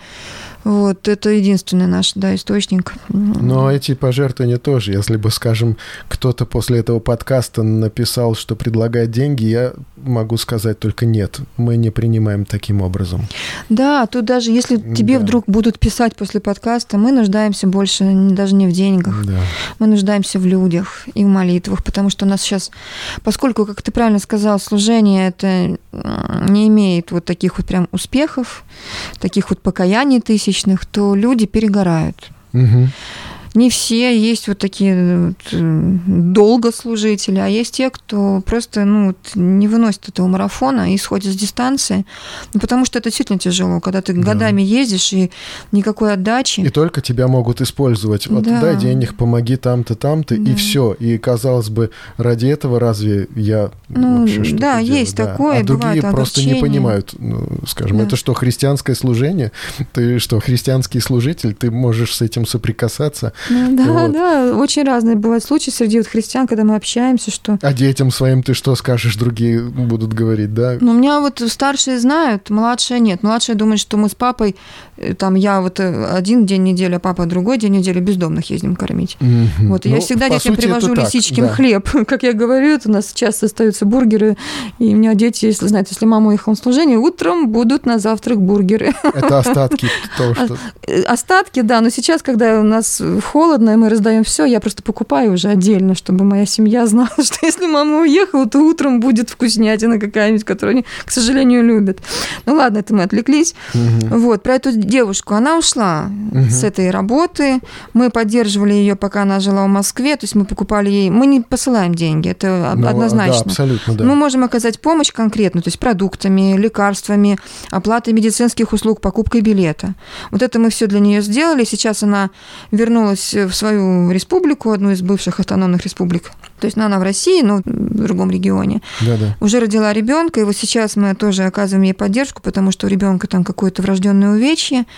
вот это единственный наш, да, источник. Но эти пожертвования тоже, если бы, скажем, кто-то после этого подкаста написал, что предлагает деньги, я могу сказать только нет, мы не принимаем таким образом. Да, тут даже если тебе да. вдруг будут писать после подкаста, мы нуждаемся больше даже не в деньгах, да. мы нуждаемся в людях и в молитвах, потому что у нас сейчас, поскольку, как ты правильно сказал, служение это не имеет вот таких вот прям успехов, таких вот покаяний тысяч, то люди перегорают. Угу. Не все, есть вот такие вот долгослужители, а есть те, кто просто ну, не выносит этого марафона и сходит с дистанции, ну, потому что это действительно тяжело, когда ты да. годами ездишь и никакой отдачи. И только тебя могут использовать. Вот да. дай денег, помоги там-то, там-то, да. и все. И, казалось бы, ради этого разве я ну, вообще что-то да, делаю? есть да. такое, а другие просто огорчения. Не понимают, ну, скажем, да. это что, христианское служение? Ты что, христианский служитель? Ты можешь с этим соприкасаться? Ну, да, вот. да, очень разные бывают случаи среди вот христиан, когда мы общаемся, что... А детям своим ты что скажешь, другие будут говорить, да? Ну, у меня вот старшие знают, младшие нет. Младшие думают, что мы с папой, там, я вот один день недели, а папа другой день недели бездомных ездим кормить. Mm-hmm. Вот, и ну, я всегда детям привожу лисичкин да. хлеб. Как я говорю, у нас часто остаются бургеры, и у меня дети, если знают, если мама уехала на служение, утром будут на завтрак бургеры. Это остатки того, что... Остатки, да, но сейчас, когда у нас холодно, и мы раздаем все, я просто покупаю уже отдельно, чтобы моя семья знала, что если мама уехала, то утром будет вкуснятина какая-нибудь, которую они, к сожалению, любят. Ну ладно, это мы отвлеклись. Угу. Вот, про эту девушку. Она ушла угу. с этой работы. Мы поддерживали ее, пока она жила в Москве. То есть мы покупали ей... Мы не посылаем деньги, это ну, однозначно. Да, абсолютно, да. Мы можем оказать помощь конкретно, то есть продуктами, лекарствами, оплатой медицинских услуг, покупкой билета. Вот это мы все для нее сделали. Сейчас она вернулась в свою республику, одну из бывших автономных республик. То есть ну, она в России, но в другом регионе. Да-да. Уже родила ребенка, и вот сейчас мы тоже оказываем ей поддержку, потому что у ребенка там какое-то врожденное увечье,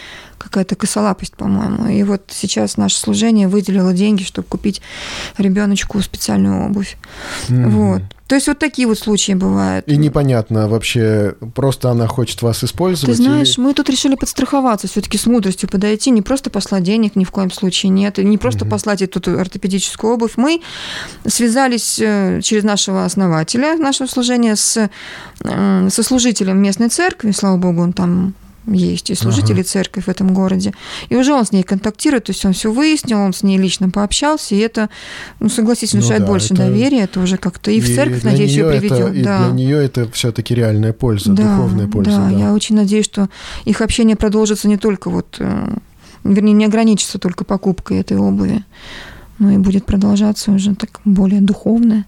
какая-то косолапость, по-моему. И вот сейчас наше служение выделило деньги, чтобы купить ребеночку специальную обувь. Mm-hmm. Вот. То есть вот такие вот случаи бывают. И непонятно вообще, просто она хочет вас использовать? Ты знаешь, или... мы тут решили подстраховаться, все-таки с мудростью подойти, не просто послать денег, ни в коем случае нет, и не просто mm-hmm. послать эту ортопедическую обувь. Мы связались через нашего основателя нашего служения с, со служителем местной церкви, слава богу, он там есть и служители ага. церкви в этом городе. И уже он с ней контактирует, то есть он все выяснил, он с ней лично пообщался, и это, ну, согласись, внушает ну, да, больше это... доверия, это уже как-то и, и в церковь, надеюсь, ее приведет. И да. для нее это все-таки реальная польза, да, духовная польза. Да, да, я очень надеюсь, что их общение продолжится не только вот, вернее, не ограничится только покупкой этой обуви, но и будет продолжаться уже так более духовное,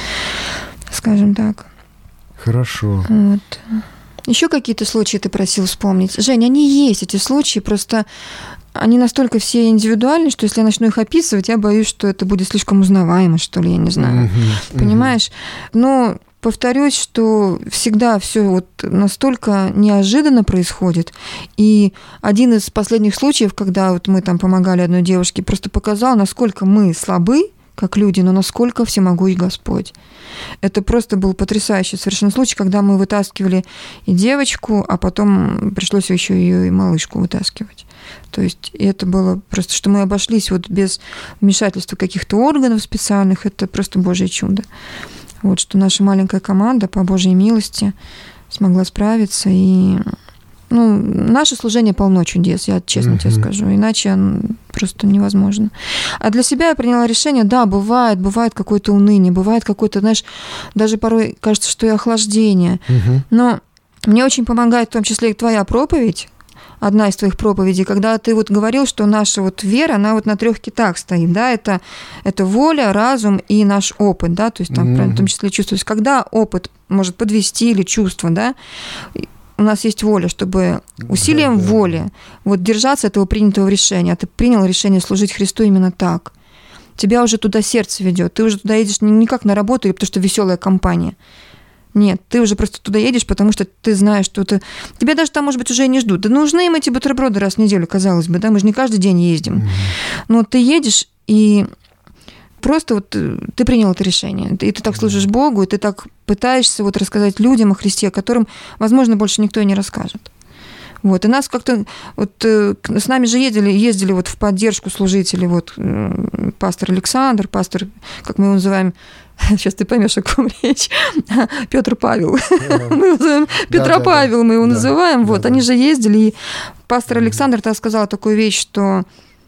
скажем так. Хорошо. Вот. Еще какие-то случаи ты просил вспомнить? Жень, они есть, эти случаи, просто они настолько все индивидуальны, что если я начну их описывать, я боюсь, что это будет слишком узнаваемо, что ли, я не знаю. Mm-hmm. Понимаешь? Но повторюсь, что всегда все вот настолько неожиданно происходит. И один из последних случаев, когда вот мы там помогали одной девушке, просто показал, насколько мы слабы, как люди, но насколько всемогущ Господь. Это просто был потрясающий совершенно случай, когда мы вытаскивали и девочку, а потом пришлось еще ее и малышку вытаскивать. То есть это было просто, что мы обошлись вот без вмешательства каких-то органов специальных, это просто Божье чудо. Вот, что наша маленькая команда по Божьей милости смогла справиться. И ну, наше служение полно чудес, я честно uh-huh. тебе скажу, иначе просто невозможно. А для себя я приняла решение, да, бывает, бывает какое-то уныние, бывает какое-то, знаешь, даже порой кажется, что и охлаждение. Uh-huh. Но мне очень помогает в том числе и твоя проповедь, одна из твоих проповедей, когда ты вот говорил, что наша вот вера, она вот на трех китах стоит, да, это, это воля, разум и наш опыт, да, то есть там mm-hmm. в том числе чувство. То есть когда опыт может подвести или чувство, да, у нас есть воля, чтобы усилием да, да. воли вот держаться этого принятого решения. А ты принял решение служить Христу именно так. Тебя уже туда сердце ведет. Ты уже туда едешь не как на работу или потому что веселая компания. Нет, ты уже просто туда едешь, потому что ты знаешь, что ты... Тебя даже там, может быть, уже и не ждут. Да нужны им эти бутерброды раз в неделю, казалось бы, да? Мы же не каждый день ездим. Mm-hmm. Но ты едешь, и просто вот ты принял это решение. И ты так служишь Богу, и ты так пытаешься вот рассказать людям о Христе, которым, возможно, больше никто и не расскажет. Вот. И нас как-то... Вот, с нами же ездили, ездили вот в поддержку служителей, вот пастор Александр, пастор, как мы его называем, сейчас ты поймешь, о ком речь, Петр Павел. Yeah. Мы его называем Петра да, Павел, да, мы его да. называем. Вот. Да, они да. же ездили, и пастор Александр тогда сказал такую вещь, что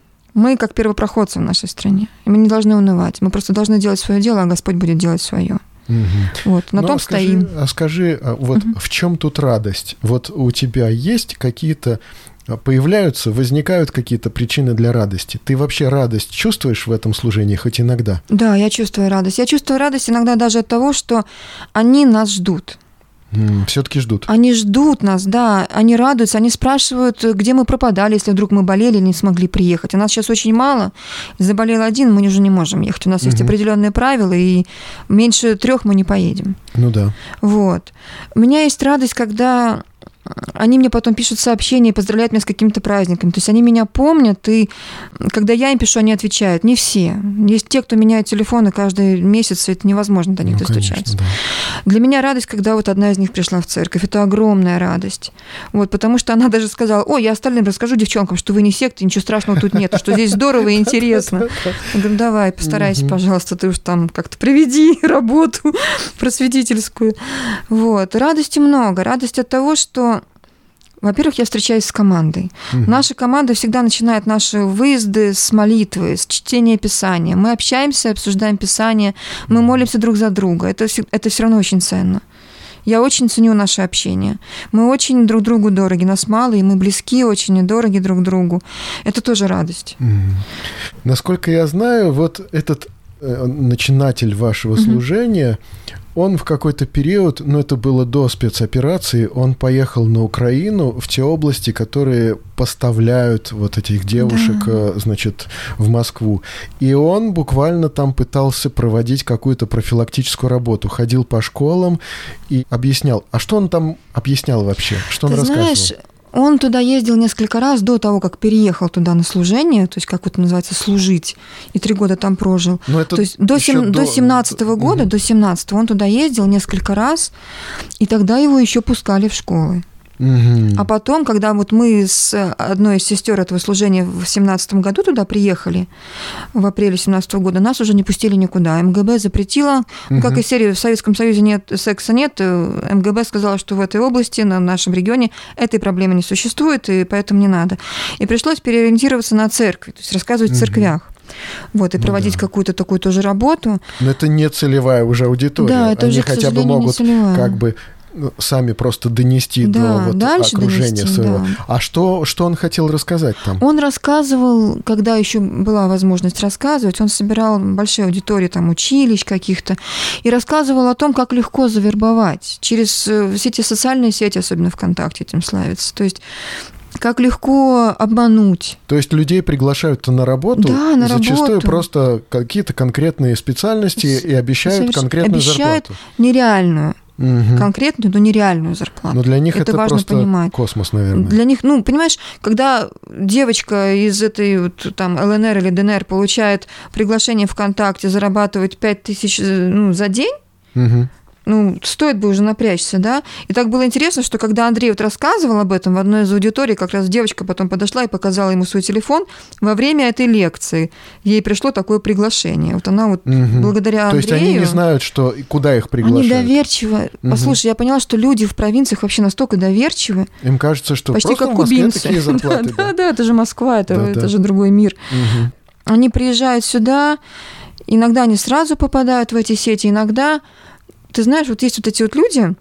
мы как первопроходцы в нашей стране, и мы не должны унывать, мы просто должны делать свое дело, а Господь будет делать свое. Угу. Вот, на ну, том а скажи, стоим. А скажи, вот угу. в чем тут радость? Вот у тебя есть какие-то, появляются, возникают какие-то причины для радости? Ты вообще радость чувствуешь в этом служении хоть иногда? Да, я чувствую радость. Я чувствую радость иногда даже от того, что они нас ждут. Все-таки ждут. Они ждут нас, да, они радуются, они спрашивают, где мы пропадали, если вдруг мы болели или не смогли приехать. У нас сейчас очень мало, заболел один, мы уже не можем ехать. У нас угу. есть определенные правила, и меньше трех мы не поедем. Ну да. Вот. У меня есть радость, когда они мне потом пишут сообщения и поздравляют меня с какими-то праздниками. То есть они меня помнят, и когда я им пишу, они отвечают. Не все. Есть те, кто меняет телефоны каждый месяц, и это невозможно до них ну, достучаться. Конечно, да. Для меня радость, когда вот одна из них пришла в церковь. Это огромная радость. Вот, потому что она даже сказала, ой, я остальным расскажу девчонкам, что вы не секта, ничего страшного тут нет, что здесь здорово и интересно. Я говорю, давай, постарайся, пожалуйста, ты уж там как-то приведи работу просветительскую. Вот. Радости много. Радость от того, что во-первых, я встречаюсь с командой. Угу. Наша команда всегда начинает наши выезды с молитвы, с чтения Писания. Мы общаемся, обсуждаем Писание, мы молимся друг за друга. Это, это все равно очень ценно. Я очень ценю наше общение. Мы очень друг другу дороги, нас мало, и мы близки, очень и дороги друг другу. Это тоже радость. Угу. Насколько я знаю, вот этот э, начинатель вашего угу. служения, он в какой-то период, ну это было до спецоперации, он поехал на Украину в те области, которые поставляют вот этих девушек, да. значит, в Москву. И он буквально там пытался проводить какую-то профилактическую работу, ходил по школам и объяснял. А что он там объяснял вообще? Что он Ты рассказывал? Знаешь, Он туда ездил несколько раз до того, как переехал туда на служение, то есть, как это называется, служить, и три года там прожил. То есть до, сем... до... до семнадцатого года, угу. до семнадцатого он туда ездил несколько раз, и тогда его еще пускали в школы. Угу. А потом, когда вот мы с одной из сестер этого служения в семнадцатом году туда приехали, в апреле семнадцатого года, нас уже не пустили никуда. МГБ запретила, угу. как и серия «В Советском Союзе нет секса нет», МГБ сказала, что в этой области, на нашем регионе, этой проблемы не существует, и поэтому не надо. И пришлось переориентироваться на церкви, то есть рассказывать угу. в церквях. Вот, и ну проводить да. какую-то такую тоже работу. Но это не целевая уже аудитория. Да, это Они уже, хотя бы могут как бы сами просто донести да, до вот окружения донести, своего. Да. А что, что он хотел рассказать там? Он рассказывал, когда еще была возможность рассказывать, он собирал большие аудитории там, училищ каких-то, и рассказывал о том, как легко завербовать через все эти социальные сети, особенно ВКонтакте этим славится. То есть как легко обмануть. То есть людей приглашают на работу, да, на зачастую работу. Просто какие-то конкретные специальности и обещают Соверш... конкретную обещают зарплату. Нереальную. Угу. Конкретную, но нереальную зарплату. Но для них это, это важно просто понимать. Космос, наверное. Для них, ну, понимаешь, когда девочка из этой вот, там ЛНР или ДНР получает приглашение ВКонтакте зарабатывать пять тысяч ну, за день, угу. ну, стоит бы уже напрячься, да? И так было интересно, что когда Андрей вот рассказывал об этом в одной из аудиторий, как раз девочка потом подошла и показала ему свой телефон, во время этой лекции ей пришло такое приглашение. Вот она вот угу. благодаря Андрею... То есть они не знают, что, куда их приглашают? Они доверчивы. Угу. Послушай, я поняла, что люди в провинциях вообще настолько доверчивы. Им кажется, что почти просто как в Москве кубинцы. такие зарплаты. Да, да, да, это же Москва, это, да, это да. же другой мир. Угу. Они приезжают сюда, иногда они сразу попадают в эти сети, иногда... Ты знаешь, вот есть вот эти вот люди,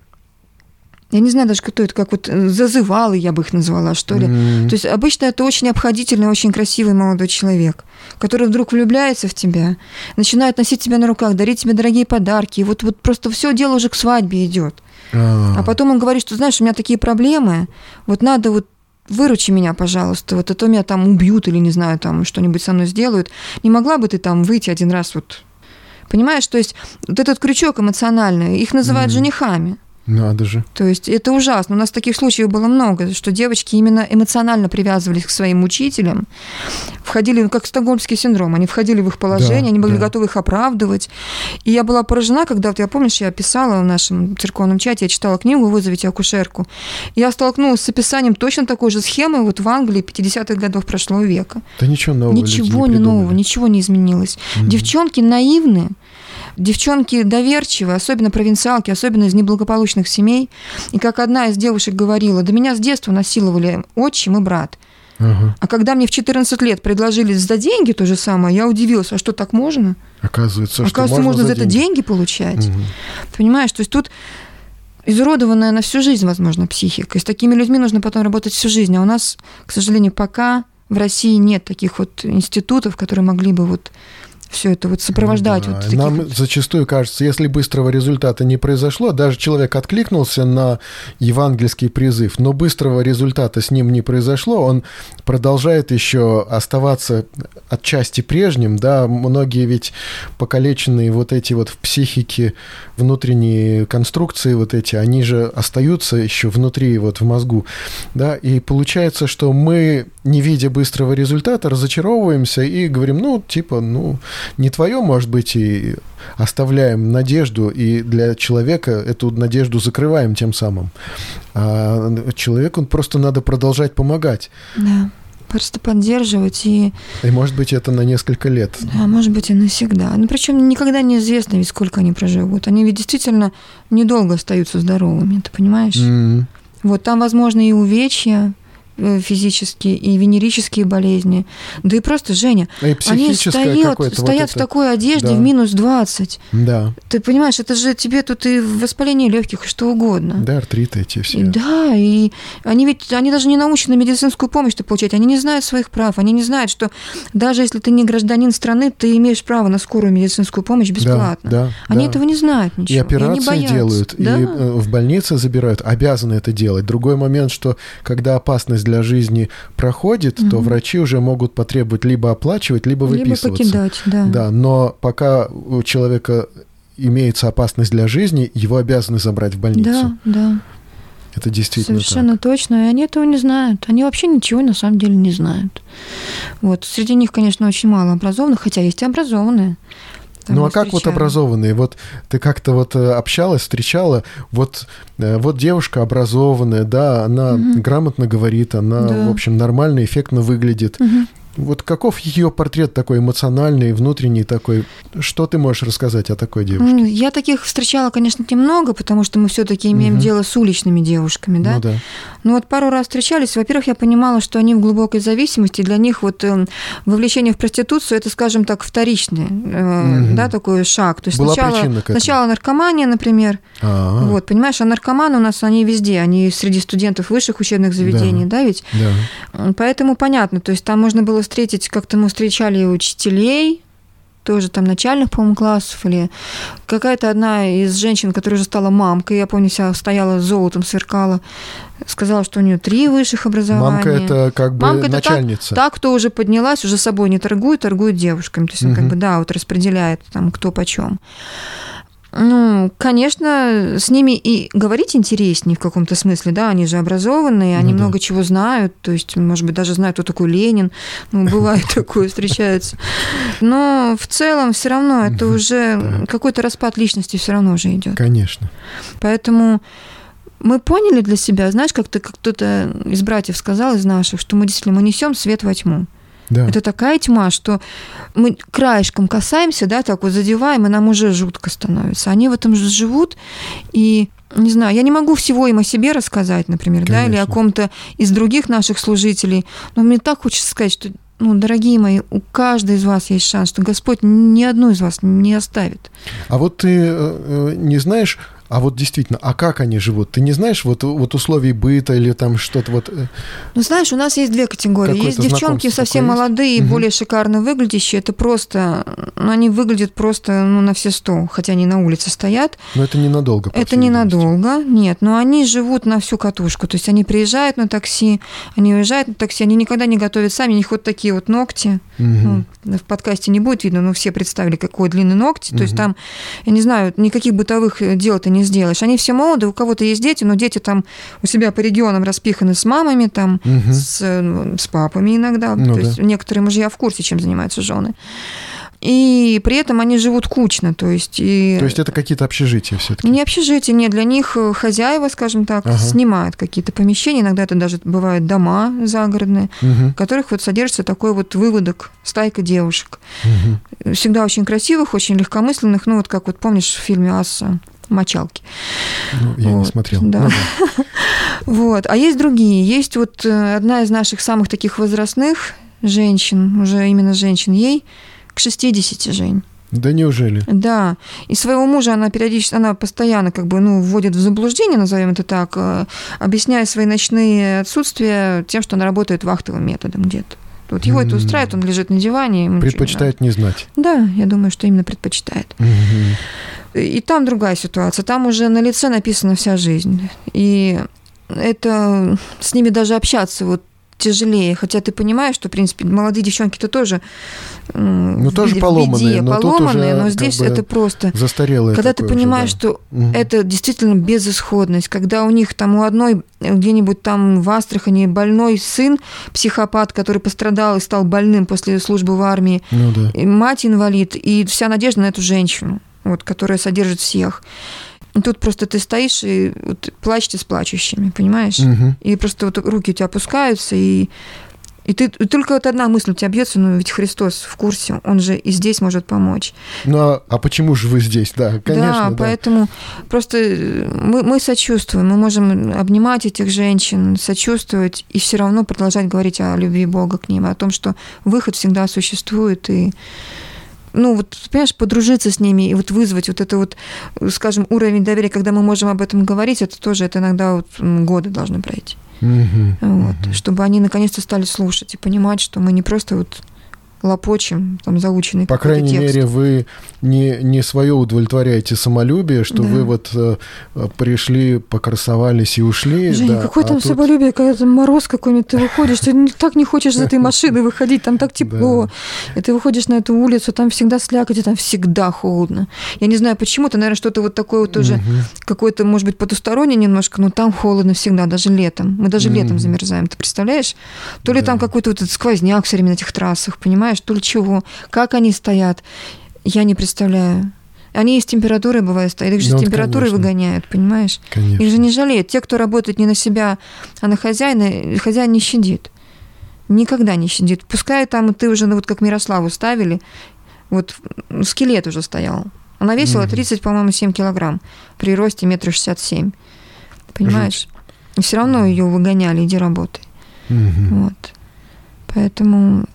я не знаю даже, кто это, как вот зазывалы, я бы их назвала, что ли. Mm-hmm. То есть обычно это очень обходительный, очень красивый молодой человек, который вдруг влюбляется в тебя, начинает носить тебя на руках, дарить тебе дорогие подарки, и вот, вот просто все дело уже к свадьбе идет. Ah. А потом он говорит, что, знаешь, у меня такие проблемы, вот надо вот выручи меня, пожалуйста, вот это меня там убьют или, не знаю, там что-нибудь со мной сделают. Не могла бы ты там выйти один раз вот... Понимаешь, то есть вот этот крючок эмоциональный, их называют mm. женихами. Надо же. То есть это ужасно. У нас таких случаев было много, что девочки именно эмоционально привязывались к своим учителям, входили, ну, как стокгольмский синдром, они входили в их положение, да, они были да. готовы их оправдывать. И я была поражена, когда, вот я помнишь, я писала в нашем церковном чате, я читала книгу «Вызовите акушерку». Я столкнулась с описанием точно такой же схемы вот в Англии пятидесятых годов прошлого века. Да ничего нового. Ничего не, не нового, ничего не изменилось. Mm-hmm. Девчонки наивные. Девчонки доверчивые, особенно провинциалки, особенно из неблагополучных семей. И как одна из девушек говорила, да меня с детства насиловали отчим и брат. Ага. А когда мне в четырнадцать лет предложили за деньги то же самое, я удивилась, а что, так можно? Оказывается, что Оказывается, можно, можно за, за это деньги получать. Угу. Понимаешь, то есть тут изуродованная на всю жизнь, возможно, психика. И с такими людьми нужно потом работать всю жизнь. А у нас, к сожалению, пока в России нет таких вот институтов, которые могли бы вот все это вот сопровождать. Ну, да. вот таких... Нам зачастую кажется, если быстрого результата не произошло, даже человек откликнулся на евангельский призыв, но быстрого результата с ним не произошло, он продолжает еще оставаться отчасти прежним, да, многие ведь покалеченные вот эти вот в психике внутренние конструкции вот эти, они же остаются еще внутри вот в мозгу, да, и получается, что мы, не видя быстрого результата, разочаровываемся и говорим, ну, типа, ну, не твое, может быть, и оставляем надежду, и для человека эту надежду закрываем тем самым. А человеку просто надо продолжать помогать. Да, просто поддерживать и... И, может быть, это на несколько лет. Да, может быть, и навсегда. Ну, причем никогда неизвестно, ведь сколько они проживут. Они ведь действительно недолго остаются здоровыми, ты понимаешь? Mm-hmm. Вот там, возможно, и увечья физические и венерические болезни. Да и просто, Женя, и они стоят, стоят вот в такой одежде, да, в минус двадцать. Да. Ты понимаешь, это же тебе тут и воспаление легких, и что угодно. Да, артриты эти все. И, да, и они ведь, они даже не научены медицинскую помощь получать, они не знают своих прав, они не знают, что даже если ты не гражданин страны, ты имеешь право на скорую медицинскую помощь бесплатно. Да, да, они да. этого не знают ничего. И операции и делают, да. и в больнице забирают, обязаны это делать. Другой момент, что когда опасность для жизни проходит, угу. то врачи уже могут потребовать либо оплачивать, либо выписываться. Либо покидать, да. Да, но пока у человека имеется опасность для жизни, его обязаны забрать в больницу. Да, да. Это действительно Совершенно так. точно, и они этого не знают. Они вообще ничего на самом деле не знают. Вот. Среди них, конечно, очень мало образованных, хотя есть и образованные. Там ну а как вот образованные? Вот ты как-то вот общалась, встречала, вот, вот девушка образованная, да, она угу. грамотно говорит, она, да. в общем, нормально, эффектно выглядит. Угу. Вот каков ее портрет такой эмоциональный, внутренний такой? Что ты можешь рассказать о такой девушке? Я таких встречала, конечно, немного, потому что мы все-таки имеем угу. дело с уличными девушками, да? Ну да. Но вот пару раз встречались. Во-первых, я понимала, что они в глубокой зависимости. Для них вот вовлечение в проституцию – это, скажем так, вторичный, угу. да, такой шаг. То есть Была сначала, сначала наркомания, например. А-а-а. Вот, понимаешь, а наркоманы у нас, они везде. Они среди студентов высших учебных заведений, да, да ведь? Да. Поэтому понятно. То есть там можно было встретить, как-то мы встречали учителей, тоже там начальных, по-моему, классов, или какая-то одна из женщин, которая уже стала мамкой, я помню, себя стояла золотом, сверкала, сказала, что у нее три высших образования. Мамка – это как бы Мамка начальница. Та, та, кто уже поднялась, уже собой не торгует, торгует девушками. То есть, угу. как бы, да, вот распределяет там кто почем. Ну, конечно, с ними и говорить интереснее в каком-то смысле, да, они же образованные, они ну, много да. чего знают, то есть, может быть, даже знают, кто такой Ленин, ну, бывает такое, встречается. Но в целом все равно это уже какой-то распад личности все равно уже идет. Конечно. Поэтому мы поняли для себя, знаешь, как-то как кто-то из братьев сказал, из наших, что мы действительно мы несем свет во тьму. Да. Это такая тьма, что мы краешком касаемся, да, так вот задеваем, и нам уже жутко становится. Они в этом же живут, и, не знаю, я не могу всего им о себе рассказать, например, Конечно. да, или о ком-то из других наших служителей, но мне так хочется сказать, что, ну, дорогие мои, у каждой из вас есть шанс, что Господь ни одну из вас не оставит. А вот ты э, не знаешь... А вот действительно, а как они живут? Ты не знаешь вот, вот условий быта или там что-то вот... Ну, знаешь, у нас есть две категории. Есть девчонки совсем молодые и угу. более шикарно выглядящие. Это просто... Ну, они выглядят просто ну, на все сто, хотя они на улице стоят. Но это ненадолго. Это ненадолго, нет. Но они живут на всю катушку. То есть они приезжают на такси, они уезжают на такси, они никогда не готовят сами, у них вот такие вот ногти. Угу. Ну, в подкасте не будет видно, но все представили, какой длинный ногти. Угу. То есть там, я не знаю, никаких бытовых дел ты не сделаешь. Они все молоды, у кого-то есть дети, но дети там у себя по регионам распиханы с мамами, там, угу. с, с папами иногда. Ну, То да. есть некоторые мужья в курсе, чем занимаются жены. И при этом они живут кучно, то есть... И... То есть это какие-то общежития все-таки? Не общежития, нет. Для них хозяева, скажем так, ага. снимают какие-то помещения, иногда это даже бывают дома загородные, угу. в которых вот содержится такой вот выводок, стайка девушек. Угу. Всегда очень красивых, очень легкомысленных, ну вот как вот помнишь в фильме «Асса» «Мочалки». Ну, я вот, не смотрел. Да. Ну, да. Вот. А есть другие. Есть вот одна из наших самых таких возрастных женщин, уже именно женщин, ей к шестидесяти, Жень. Да неужели? Да. И своего мужа она периодически, она постоянно как бы, ну, вводит в заблуждение, назовем это так, объясняя свои ночные отсутствия тем, что она работает вахтовым методом где-то. Вот его mm-hmm. это устраивает, он лежит на диване. Предпочитает не, не знать. Да, я думаю, что именно предпочитает. Mm-hmm. И там другая ситуация. Там уже на лице написана вся жизнь. И это с ними даже общаться вот тяжелее, хотя ты понимаешь, что, в принципе, молодые девчонки-то тоже ну, в тоже беде, поломанные, но, поломанные, но здесь это просто... Застарелое когда ты понимаешь, уже, да. что угу. это действительно безысходность, когда у них там у одной где-нибудь там в Астрахани больной сын, психопат, который пострадал и стал больным после службы в армии, ну, да. и мать инвалид, и вся надежда на эту женщину, вот, которая содержит всех. И тут просто ты стоишь и вот, плачете с плачущими, понимаешь? Угу. И просто вот руки у тебя опускаются, и, и ты и только вот одна мысль у тебя бьется, ну ведь Христос в курсе, Он же и здесь может помочь. Ну а, а почему же вы здесь? Да, конечно. Да, да. Поэтому просто мы, мы сочувствуем, мы можем обнимать этих женщин, сочувствовать и все равно продолжать говорить о любви Бога к ним, о том, что выход всегда существует, и ну, вот, понимаешь, подружиться с ними и вот вызвать вот это вот, скажем, уровень доверия, когда мы можем об этом говорить, это тоже, это иногда вот годы должны пройти. Mm-hmm. Вот, mm-hmm. чтобы они наконец-то стали слушать и понимать, что мы не просто вот лопочем, там, заученный По крайней текст. мере, вы не, не свое удовлетворяете самолюбие, что да. вы вот э, пришли, покрасовались и ушли. Женя, да, какое а там тут... самолюбие, когда там мороз какой-нибудь, ты выходишь, ты так не хочешь из этой машины выходить, там так тепло. И ты выходишь на эту улицу, там всегда слякоть, и там всегда холодно. Я не знаю, почему, это, наверное, что-то вот такое вот тоже, какое-то, может быть, потустороннее немножко, но там холодно всегда, даже летом. Мы даже летом замерзаем, ты представляешь? То ли там какой-то вот этот сквозняк все время на этих трассах, понимаешь, то ли чего. Как они стоят, я не представляю. Они и с температурой, бывает, стоят, их же ну, с температурой конечно. выгоняют, понимаешь? Конечно. Их же не жалеют. Те, кто работает не на себя, а на хозяина, хозяин не щадит. Никогда не щадит. Пускай там ты уже, ну, вот как Мирославу ставили, вот скелет уже стоял. Она весила тридцать, по-моему, семь килограмм при росте метр шестьдесят семь. Понимаешь? И все равно ее выгоняли, иди работай. Угу. Вот. Поэтому...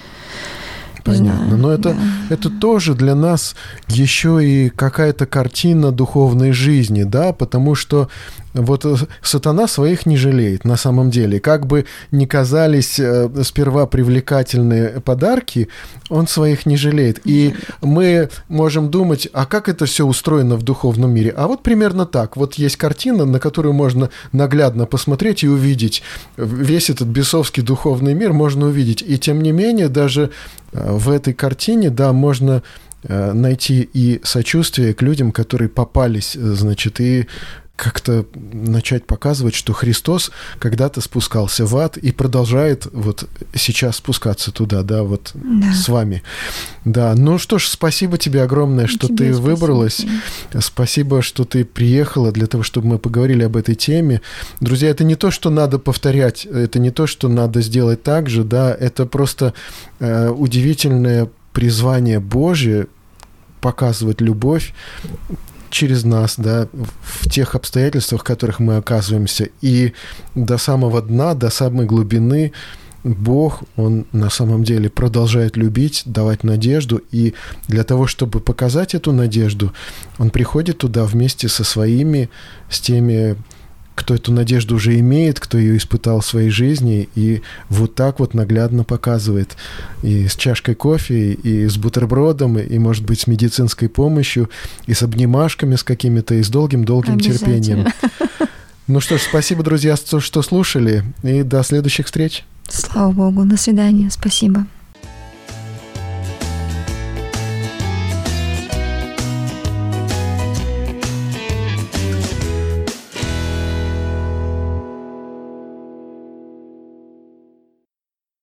Понятно. Но это, да. это тоже для нас еще и какая-то картина духовной жизни, да, потому что вот сатана своих не жалеет на самом деле. Как бы ни казались сперва привлекательные подарки, он своих не жалеет. И мы можем думать, а как это все устроено в духовном мире? А вот примерно так. Вот есть картина, на которую можно наглядно посмотреть и увидеть. Весь этот бесовский духовный мир можно увидеть. И тем не менее, даже в этой картине, да, можно найти и сочувствие к людям, которые попались, значит, и как-то начать показывать, что Христос когда-то спускался в ад и продолжает вот сейчас спускаться туда, да, вот да. с вами. Да, ну что ж, спасибо тебе огромное, что тебе ты спасибо. выбралась. Спасибо, что ты приехала для того, чтобы мы поговорили об этой теме. Друзья, это не то, что надо повторять, это не то, что надо сделать так же, да, это просто э, удивительное призвание Божие показывать любовь через нас, да, в тех обстоятельствах, в которых мы оказываемся. И до самого дна, до самой глубины Бог, Он на самом деле продолжает любить, давать надежду. И для того, чтобы показать эту надежду, Он приходит туда вместе со своими, с теми, кто эту надежду уже имеет, кто ее испытал в своей жизни, и вот так вот наглядно показывает. И с чашкой кофе, и с бутербродом, и, может быть, с медицинской помощью, и с обнимашками с какими-то, и с долгим-долгим терпением. Ну что ж, спасибо, друзья, что слушали, и до следующих встреч. Слава Богу, до свидания, спасибо.